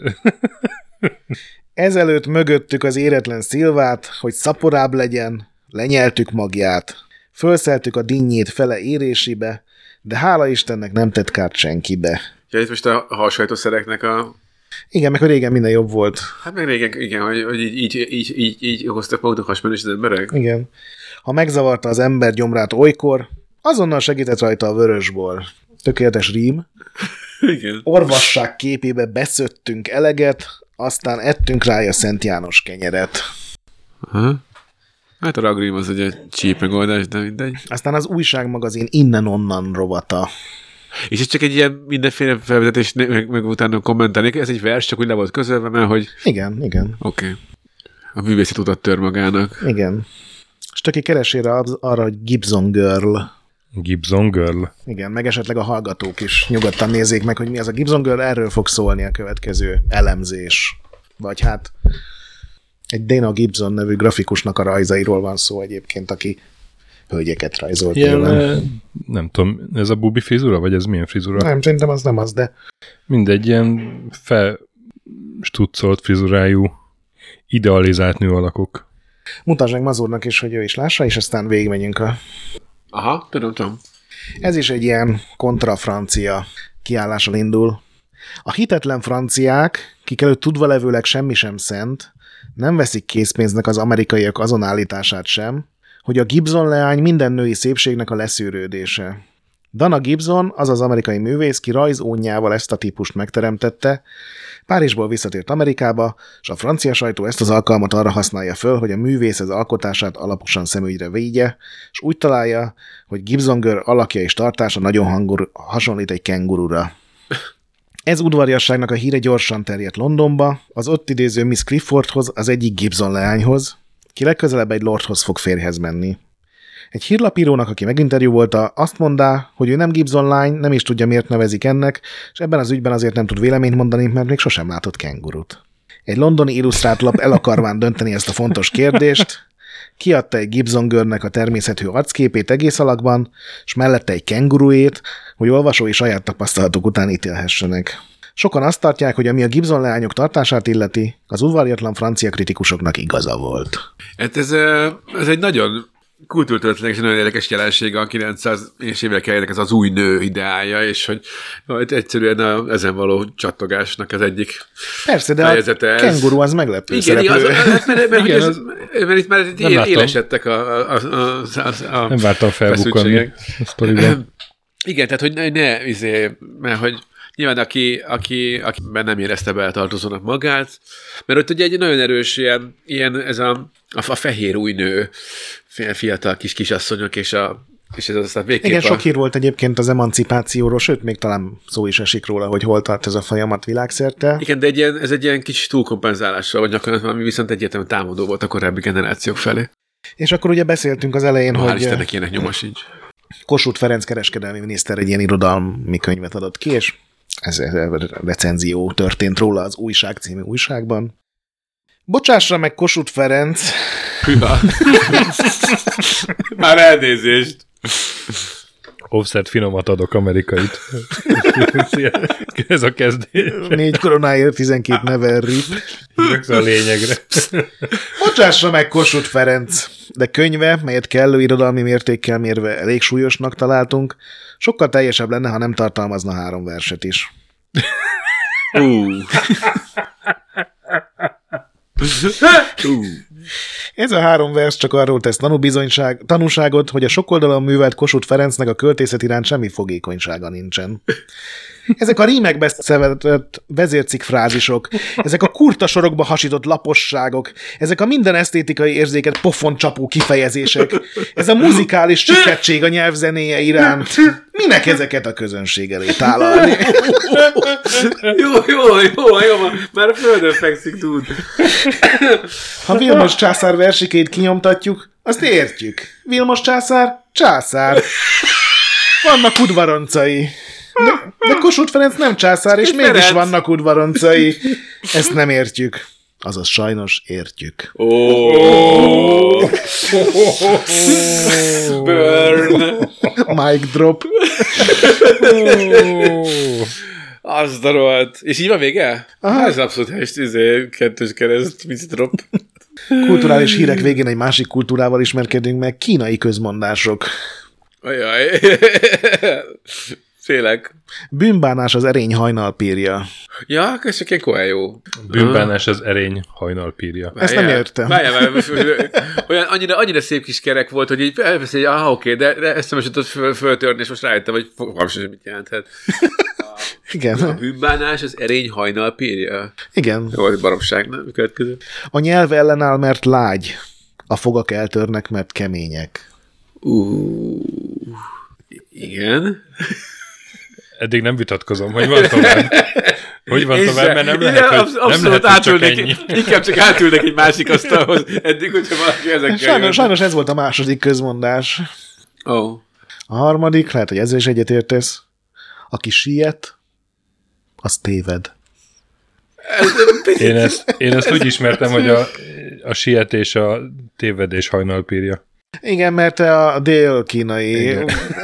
[SPEAKER 1] Ezelőtt mögöttük az éretlen Szilvát, hogy szaporább legyen, lenyeltük magját. Fölszeltük a dinnyét fele érésibe, de hála Istennek nem tett kárt senkibe.
[SPEAKER 3] Ja, itt most a halsajtószereknek a...
[SPEAKER 1] Igen, meg régen minden jobb volt.
[SPEAKER 3] Hát meg régen, igen, hogy, hogy így, így, így, így, így hoztak maguknak hasmenés az emberek.
[SPEAKER 1] Igen. Ha megzavarta az ember gyomrát olykor, azonnal segített rajta a vörösbor. Tökéletes rím.
[SPEAKER 3] Igen.
[SPEAKER 1] Orvasság képébe beszöttünk eleget, aztán ettünk rája Szent János kenyeret.
[SPEAKER 3] Aha. Hát a ragrím az egy cheap megoldás, de mindegy.
[SPEAKER 1] Aztán az újságmagazin innen-onnan rovata.
[SPEAKER 3] És ez csak egy ilyen mindenféle felvezetés, meg, meg utána kommentálni. Ez egy vers, csak úgy le volt közölve, mert hogy...
[SPEAKER 1] Igen, igen.
[SPEAKER 3] Oké. Okay. A művészet utat tör magának.
[SPEAKER 1] Igen. És töki keresére arra, hogy Gibson Girl.
[SPEAKER 2] Gibson Girl.
[SPEAKER 1] Igen, meg esetleg a hallgatók is nyugodtan nézzék meg, hogy mi az a Gibson Girl, erről fog szólni a következő elemzés. Vagy hát egy Dana Gibson nevű grafikusnak a rajzairól van szó egyébként, aki hölgyeket rajzolt.
[SPEAKER 2] Ilyen, nem tudom, ez a bubi frizura, vagy ez milyen frizura?
[SPEAKER 1] Nem, szerintem az nem az, de...
[SPEAKER 2] Mindegy, ilyen felstuccolt frizurájú, idealizált nő alakok.
[SPEAKER 1] Mutasd meg Mazurnak is, hogy ő is lássa, és aztán végigmegyünk a...
[SPEAKER 3] Aha, tudom, tudom.
[SPEAKER 1] Ez is egy ilyen kontrafrancia kiállással indul. A hitetlen franciák, kik előtt tudva levőleg semmi sem szent, nem veszik készpénznek az amerikaiak azon állítását sem, hogy a Gibson leány minden női szépségnek a leszűrődése. Dana Gibson, az az amerikai művész, ki rajzónjával ezt a típust megteremtette, Párizsból visszatért Amerikába, és a francia sajtó ezt az alkalmat arra használja föl, hogy a művész az alkotását alaposan szemügyre vigye, és úgy találja, hogy Gibson Girl alakja és tartása nagyon hangur, hasonlít egy kengurura. Ez udvariasságnak a híre gyorsan terjedt Londonba, az ott idéző Miss Cliffordhoz, az egyik Gibson leányhoz, ki legközelebb egy lordhoz fog férjhez menni. Egy hírlapírónak, aki meginterjúvolta, azt mondá, hogy ő nem Gibson lány, nem is tudja, miért nevezik ennek, és ebben az ügyben azért nem tud véleményt mondani, mert még sosem látott kengurut. Egy londoni illusztrált lap el akarván dönteni ezt a fontos kérdést, kiadta egy Gibson Girlnek a természetű arcképét egész alakban, és mellette egy kenguruét, hogy olvasói saját tapasztalatok után ítélhessenek. Sokan azt tartják, hogy ami a Gibson leányok tartását illeti, az udvariatlan francia kritikusoknak igaza volt.
[SPEAKER 3] Hát ez, ez egy nagyon kultúrtörténetnek és nagyon érdekes jelensége a kilencszázas évek elejének, ez az új nő ideája, és hogy majd egyszerűen a, ezen való csattogásnak az egyik
[SPEAKER 1] Persze, de a kenguru az meglepő
[SPEAKER 3] igen,
[SPEAKER 1] szereplő.
[SPEAKER 3] Az, az, mert, mert,
[SPEAKER 2] igen,
[SPEAKER 3] az,
[SPEAKER 2] az,
[SPEAKER 3] mert itt már él, élesedtek a, a, a, a, a
[SPEAKER 2] nem vártam felbukkanni a sztoriban.
[SPEAKER 3] Igen, tehát hogy ne, ne izé, mert hogy nyilván aki, aki, akiben nem érezte beletartozónak magát, mert ott ugye egy nagyon erős ilyen, ilyen ez a, a, a fehér új nő, fiatal kis kisasszonyok, és, a, és ez aztán végképp
[SPEAKER 1] igen,
[SPEAKER 3] a...
[SPEAKER 1] sok hír volt egyébként az emancipációról, sőt, még talán szó is esik róla, hogy hol tart ez a folyamat világszerte.
[SPEAKER 3] Igen, de egy ilyen, ez egy ilyen kis túlkompenzálással, vagy gyakorlatilag, ami viszont egyértelműen támadó volt a korábbi generációk felé.
[SPEAKER 1] És akkor ugye beszéltünk az elején,
[SPEAKER 3] no,
[SPEAKER 1] hogy...
[SPEAKER 3] Hál' Istennek ilyenek nyoma sincs.
[SPEAKER 1] Kossuth Ferenc kereskedelmi miniszter egy ilyen irodalmi könyvet adott ki, és ez a recenzió történt róla az Újság című újságban. Bocsássa meg Kossuth Ferenc!
[SPEAKER 3] Hűha! Már elnézést!
[SPEAKER 2] Offset finomat adok amerikait. Ez a kezdés.
[SPEAKER 1] Négy koronáért tizenkét never rip.
[SPEAKER 2] Rögtön a lényegre.
[SPEAKER 1] Bocsássa meg Kossuth Ferenc! De könyve, melyet kellő irodalmi mértékkel mérve elég súlyosnak találtunk, sokkal teljesebb lenne, ha nem tartalmazna három verset is.
[SPEAKER 3] Uh. uh.
[SPEAKER 1] Ez a három vers csak arról tesz tanúbizonyság, tanúságot, hogy a sokoldalon művelt Kossuth Ferencnek a költészet iránt semmi fogékonysága nincsen. Ezek a rímekbe szövetett vezércikk frázisok, ezek a kurta sorokba hasított laposságok, ezek a minden esztétikai érzéket pofon csapó kifejezések, ez a muzikális csikettség a nyelvzenéje iránt. Minek ezeket a közönség elé tálalni?
[SPEAKER 3] Jó, jó, jó, jó, már a földön fekszik, tud.
[SPEAKER 1] Ha Vilmos császár versikét kinyomtatjuk, azt értjük. Vilmos császár, császár. Vannak udvaroncai. De, de Kossuth Ferenc nem császár, és mégis vannak udvaroncai. Ezt nem értjük. Azaz sajnos értjük.
[SPEAKER 3] Oh. Burn!
[SPEAKER 1] Mic drop.
[SPEAKER 3] Az darolt. És így van vége? Aha. Ez abszolút helyes, izé, kettős kereszt, mic drop.
[SPEAKER 1] Kulturális hírek végén egy másik kultúrával ismerkedünk meg, kínai közmondások.
[SPEAKER 3] Ajaj. Félek.
[SPEAKER 1] Bűnbánás az erény hajnalpírja.
[SPEAKER 3] Ja, ez csak egy koeljó.
[SPEAKER 2] Bűnbánás az erény hajnalpírja.
[SPEAKER 1] Ezt nem értem.
[SPEAKER 3] Várjál, várjál, olyan annyira, annyira szép kis kerek volt, hogy így elbeszélj, ah, oké, de, de ezt nem is tudod föl, föltörni, és most rájöttem, hogy fogalmam sem, mit jelenthet.
[SPEAKER 1] Igen.
[SPEAKER 3] A bűnbánás az erény hajnalpírja.
[SPEAKER 1] Igen.
[SPEAKER 3] Jó, hogy baromság, nem? Következő.
[SPEAKER 1] A nyelv ellenáll, mert lágy. A fogak eltörnek, mert kemények.
[SPEAKER 3] Uh, igen.
[SPEAKER 2] Eddig nem vitatkozom, hogy van tovább. Hogy van tovább, mert nem
[SPEAKER 3] Én
[SPEAKER 2] lehet, hogy,
[SPEAKER 3] absz-
[SPEAKER 2] nem lehet, hogy csak ennyi.
[SPEAKER 3] Inkább csak átülnek egy másik asztalhoz. Eddig, hogyha valaki ezekkel
[SPEAKER 1] Sajnos,
[SPEAKER 3] jön.
[SPEAKER 1] sajnos ez volt a második közmondás.
[SPEAKER 3] Oh.
[SPEAKER 1] A harmadik, lehet, hogy ezzel is egyetértesz. Aki siet, az téved.
[SPEAKER 2] Én ezt, én ezt úgy ismertem, hogy a, a sietés a tévedés hajnalpírja.
[SPEAKER 1] Igen, mert te a dél-kínai...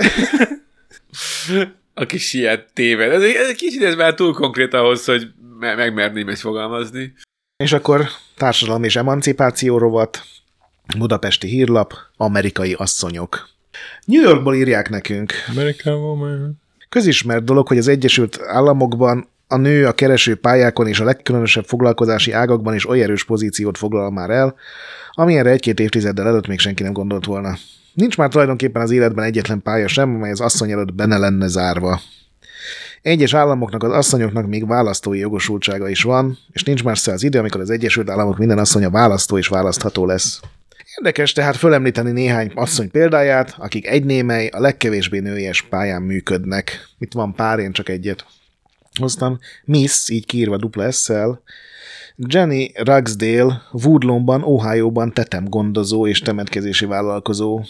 [SPEAKER 3] Aki siet téved. Ez, ez kicsit ez már túl konkrét ahhoz, hogy me- megmerném ezt fogalmazni.
[SPEAKER 1] És akkor társadalom és emancipáció rovat, budapesti hírlap, amerikai asszonyok. New Yorkból írják nekünk.
[SPEAKER 2] American Woman.
[SPEAKER 1] Közismert dolog, hogy az Egyesült Államokban a nő a kereső pályákon és a legkülönösebb foglalkozási ágakban is olyan erős pozíciót foglal már el, amilyenre egy-két évtizeddel előtt még senki nem gondolt volna. Nincs már tulajdonképpen az életben egyetlen pálya sem, amely az asszony előtt benne lenne zárva. Egyes államoknak, az asszonyoknak még választói jogosultsága is van, és nincs már az idő, amikor az Egyesült Államok minden asszonya választó és választható lesz. Érdekes tehát fölemlíteni néhány asszony példáját, akik egy némely, a legkevésbé nőies pályán működnek. Itt van pár, én csak egyet hoztam. Miss, így kiírva dupla S-szel, Jenny Ragsdale, Woodlawnban, Ohioban tetemgondozó és temetkezési vállalkozó.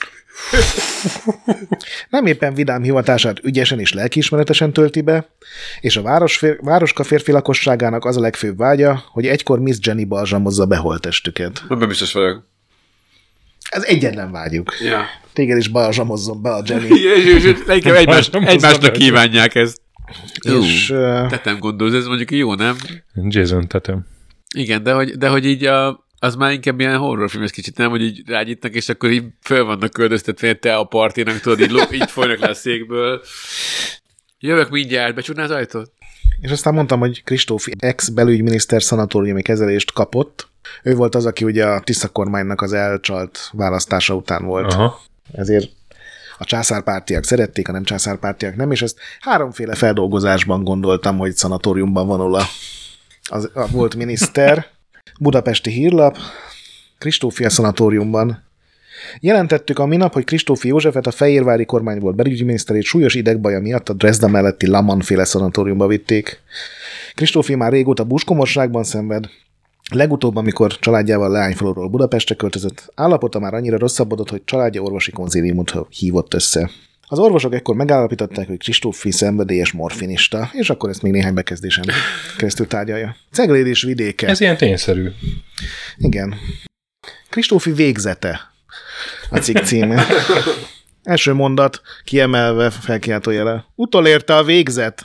[SPEAKER 1] Nem éppen vidám hivatását ügyesen és lelkiismeretesen tölti be, és a város fér, városka férfi lakosságának az a legfőbb vágya, hogy egykor Miss Jenny balzsamozza be holttestüket.
[SPEAKER 3] Nem biztos vagyok.
[SPEAKER 1] Ez egyetlen vágyjuk.
[SPEAKER 3] Ja.
[SPEAKER 1] Téged is balzsamozzon be a Jenny.
[SPEAKER 3] Inkább egymást, egymásnak kívánják ezt.
[SPEAKER 1] És, uh,
[SPEAKER 3] Tetem gondolsz, ez mondjuk jó, nem?
[SPEAKER 2] Jason Tatum.
[SPEAKER 3] Igen, de hogy, de hogy így a, az már inkább ilyen horrorfilmes kicsit, nem? Hogy így rágyítnak, és akkor így föl vannak köldöztetve, te a partinak, tudod, így, lo- így folynak le a székből. Jövök mindjárt, becsukná az ajtót?
[SPEAKER 1] és aztán mondtam, hogy Kristófi ex-belügyminiszter szanatóriumi kezelést kapott. Ő volt az, aki ugye a Tisza kormánynak az elcsalt választása után volt.
[SPEAKER 2] Aha.
[SPEAKER 1] Ezért a császárpártiak szerették, a nem császárpártiak nem, és ezt háromféle feldolgozásban gondoltam, hogy szanatóriumban vonul a, az, a volt miniszter. Budapesti hírlap, Kristófia szanatóriumban. Jelentettük a minap, hogy Kristófi Józsefet, a Fehérvári kormányból belügyminiszterét súlyos idegbaja miatt a Dresda melletti Laman-féle szanatóriumba vitték. Kristófi már régóta búskomorságban szenved. Legutóbb, amikor családjával Leányfaluról Budapestre költözött, állapota már annyira rosszabbodott, hogy családja orvosi konzíliumot hívott össze. Az orvosok ekkor megállapították, hogy Kristófi szenvedélyes morfinista, és akkor ezt még néhány bekezdésen keresztül tárgyalja. Cegléd vidéke.
[SPEAKER 2] Ez ilyen tényszerű.
[SPEAKER 1] Igen. Kristófi végzete a cikk címe. Első mondat, kiemelve felkiáltójele. Utolérte a végzet.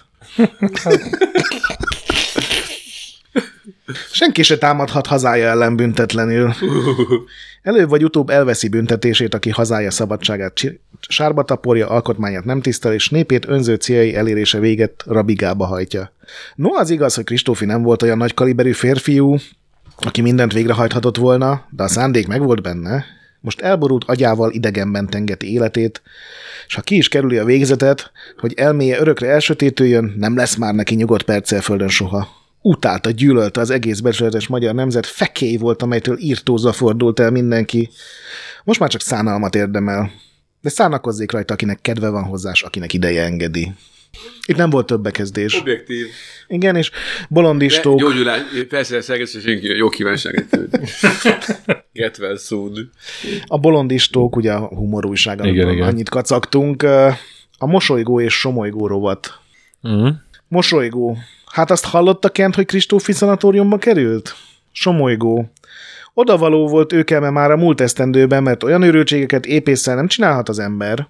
[SPEAKER 1] Senki se támadhat hazája ellen büntetlenül. Előbb vagy utóbb elveszi büntetését, aki hazája szabadságát sárba taporja, alkotmányát nem tisztel, és népét önző céljai elérése véget rabigába hajtja. No, az igaz, hogy Kristófi nem volt olyan nagy kaliberű férfiú, aki mindent végrehajthatott volna, de a szándék megvolt benne. Most elborult agyával idegenben tengeti életét, és ha ki is kerüli a végzetet, hogy elméje örökre elsötétüljön, nem lesz már neki nyugodt perccel földön soha. Utálta, gyűlölte az egész becsületes magyar nemzet, fekély volt, amelytől írtózva fordult el mindenki. Most már csak szánalmat érdemel. De szánakozzék rajta, akinek kedve van hozzá, akinek ideje engedi. Itt nem volt több bekezdés.
[SPEAKER 3] Objektív.
[SPEAKER 1] Igen, és bolondistók...
[SPEAKER 3] Gyógyulás, persze, szergesztőség, jó kívánságot. Get well soon.
[SPEAKER 1] A bolondistók, ugye a humorújság,
[SPEAKER 2] igen, igen.
[SPEAKER 1] annyit kacagtunk. A mosolygó és somolygó rovat.
[SPEAKER 2] Uh-huh.
[SPEAKER 1] Mosolygó. Hát azt hallotta Kent, hogy Kristófi szanatóriumba került? Somolygó. Odavaló volt őkelme már a múlt esztendőben, mert olyan őrültségeket épésszel nem csinálhat az ember.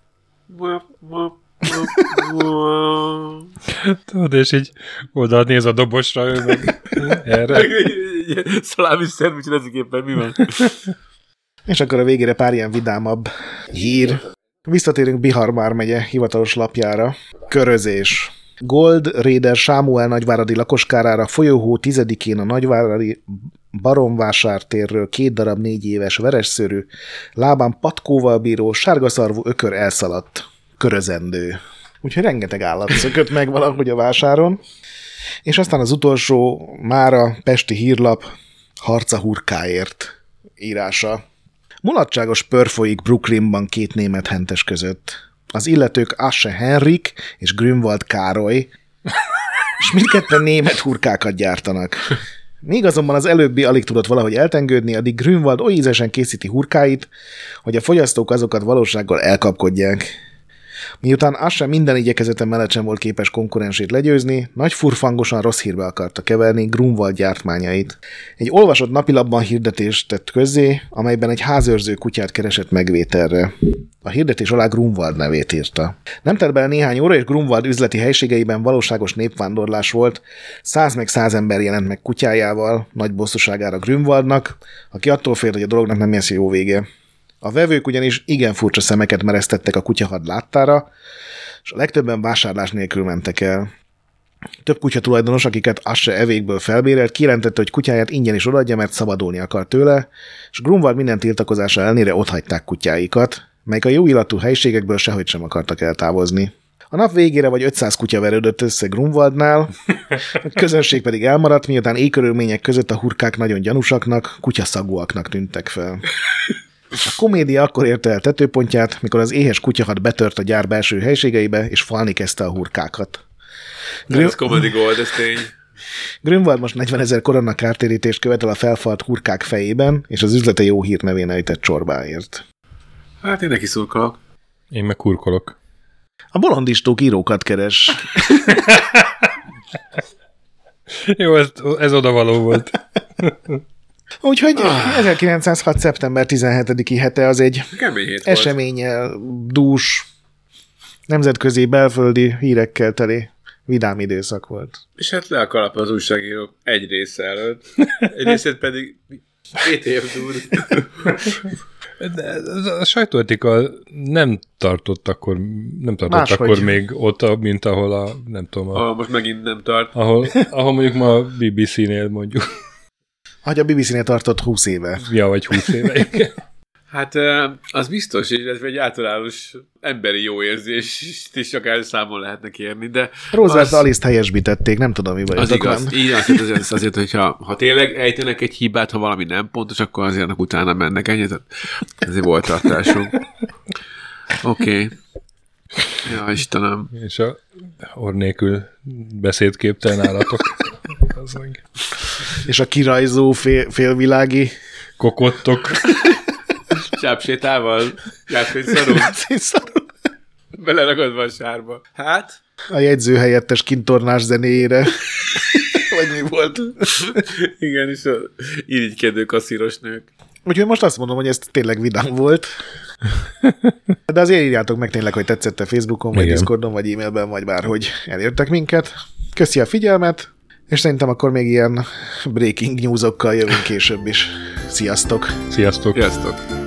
[SPEAKER 2] Tudod, és így oda néz a dobosra, ő meg erre.
[SPEAKER 3] Szalámi szendvics ezéképpen mi van?
[SPEAKER 1] És akkor a végére pár ilyen vidámabb hír. Visszatérünk Bihar vármegye hivatalos lapjára. Körözés. Gold Raider Sámuel nagyváradi lakoskárára folyóhó tizedikén a nagyváradi Baromvásártérről két darab négy éves vereszszőrű, lábán patkóval bíró, sárgaszarvú ökör elszaladt. Körözendő. Úgyhogy rengeteg állat szökött meg valahogy a vásáron. És aztán az utolsó mára pesti hírlap harca hurkáért írása. Mulatságos pör folyik Brooklynban két német hentes között. Az illetők Asse Henrik és Grünwald Károly, és mindketten német hurkákat gyártanak. Míg azonban az előbbi alig tudott valahogy eltengődni, addig Grünwald oly ízesen készíti hurkáit, hogy a fogyasztók azokat valósággal elkapkodják. Miután Asse minden igyekezete mellett sem volt képes konkurensét legyőzni, nagy furfangosan rossz hírbe akarta keverni Grünwald gyártmányait. Egy olvasott napilapban hirdetést tett közzé, amelyben egy házőrző kutyát keresett megvételre. A hirdetés alá Grünwald nevét írta. Nem telt bele néhány óra, és Grünwald üzleti helységeiben valóságos népvándorlás volt. Száz meg száz ember jelent meg kutyájával, nagy bosszúságára Grünwaldnak, aki attól félt, hogy a dolognak nem lesz jó vége. A vevők ugyanis igen furcsa szemeket meresztettek a kutyahad láttára, és a legtöbben vásárlás nélkül mentek el. Több kutyatulajdonos, akiket Asse evékből felbérelt, kijelentette, hogy kutyáját ingyen is odaadja, mert szabadulni akar tőle, és Grünwald minden tiltakozása ellenére otthagyták kutyáikat, melyek a jó illatú helységekből sehogy sem akartak eltávozni. A nap végére vagy ötszáz kutya verődött össze Grünwaldnál, a közönség pedig elmaradt, miután éjkörülmények között a hurkák nagyon gyanúsaknak, kutyaszagúaknak tűntek fel. A komédia akkor érte el tetőpontját, mikor az éhes kutyahad betört a gyár belső helységeibe, és falni kezdte a hurkákat.
[SPEAKER 3] Grün... Ez comedy gold, ez tény.
[SPEAKER 1] Grünwald most negyvenezer korona kártérítést követel a felfalt hurkák fejében, és az üzlete jó hírnevén ejtett csorbáért.
[SPEAKER 3] Hát én neki szurkolok.
[SPEAKER 2] Én meg kurkolok.
[SPEAKER 1] A bolondistók írókat keres.
[SPEAKER 2] Jó, ez, ez odavaló volt.
[SPEAKER 1] Úgyhogy ah. ezerkilencszázhat. szeptember tizenhetediki hete az egy eseménnyel dús, nemzetközi, belföldi hírekkel teli vidám időszak volt.
[SPEAKER 3] És hát le a kalap az újságírók egy része előtt, egy részét pedig két év túl.
[SPEAKER 2] De a sajtóetika nem tartott akkor, nem tartott
[SPEAKER 1] Máshogy.
[SPEAKER 2] akkor még ott, mint ahol a, nem tudom. A,
[SPEAKER 3] ah, most megint nem tart.
[SPEAKER 2] Ahol, ahol mondjuk ma a bé bé cé-nél mondjuk.
[SPEAKER 1] Hogy a bé bé cé-nél tartott húsz éve.
[SPEAKER 2] Ja, vagy húsz éve.
[SPEAKER 3] Hát az biztos, illetve egy általános emberi jó érzést is akár számon lehetne kérni, de...
[SPEAKER 1] Roosevelt
[SPEAKER 3] az...
[SPEAKER 1] Alice-t helyesbítették, nem tudom, mi
[SPEAKER 3] Az igaz. Van. Így az, azért, azért, hogyha ha tényleg ejtenek egy hibát, ha valami nem pontos, akkor azért utána mennek ennyi. Ezért volt tartásunk. Oké. Okay. Ja, Istenem.
[SPEAKER 2] És a orr nélkül beszédképtelen állatok. Az meg.
[SPEAKER 1] És a kirajzó fél, félvilági
[SPEAKER 2] kokottok.
[SPEAKER 3] Csápsétával? Jászfényszarul?
[SPEAKER 1] Jászfényszarul.
[SPEAKER 3] Beleragadva a sárba. Hát?
[SPEAKER 1] A jegyző helyettes kintornás zenéjére. Vagy mi volt?
[SPEAKER 3] Igen, és a irigykedő kasszíros nők.
[SPEAKER 1] Úgyhogy most azt mondom, hogy ez tényleg vidám volt. De azért írjátok meg tényleg, hogy tetszett a Facebookon, vagy Igen. Discordon, vagy e-mailben, vagy bárhogy elértek minket. Köszi a figyelmet, és szerintem akkor még ilyen breaking newsokkal jövünk később is. Sziasztok!
[SPEAKER 2] Sziasztok!
[SPEAKER 3] Sziasztok!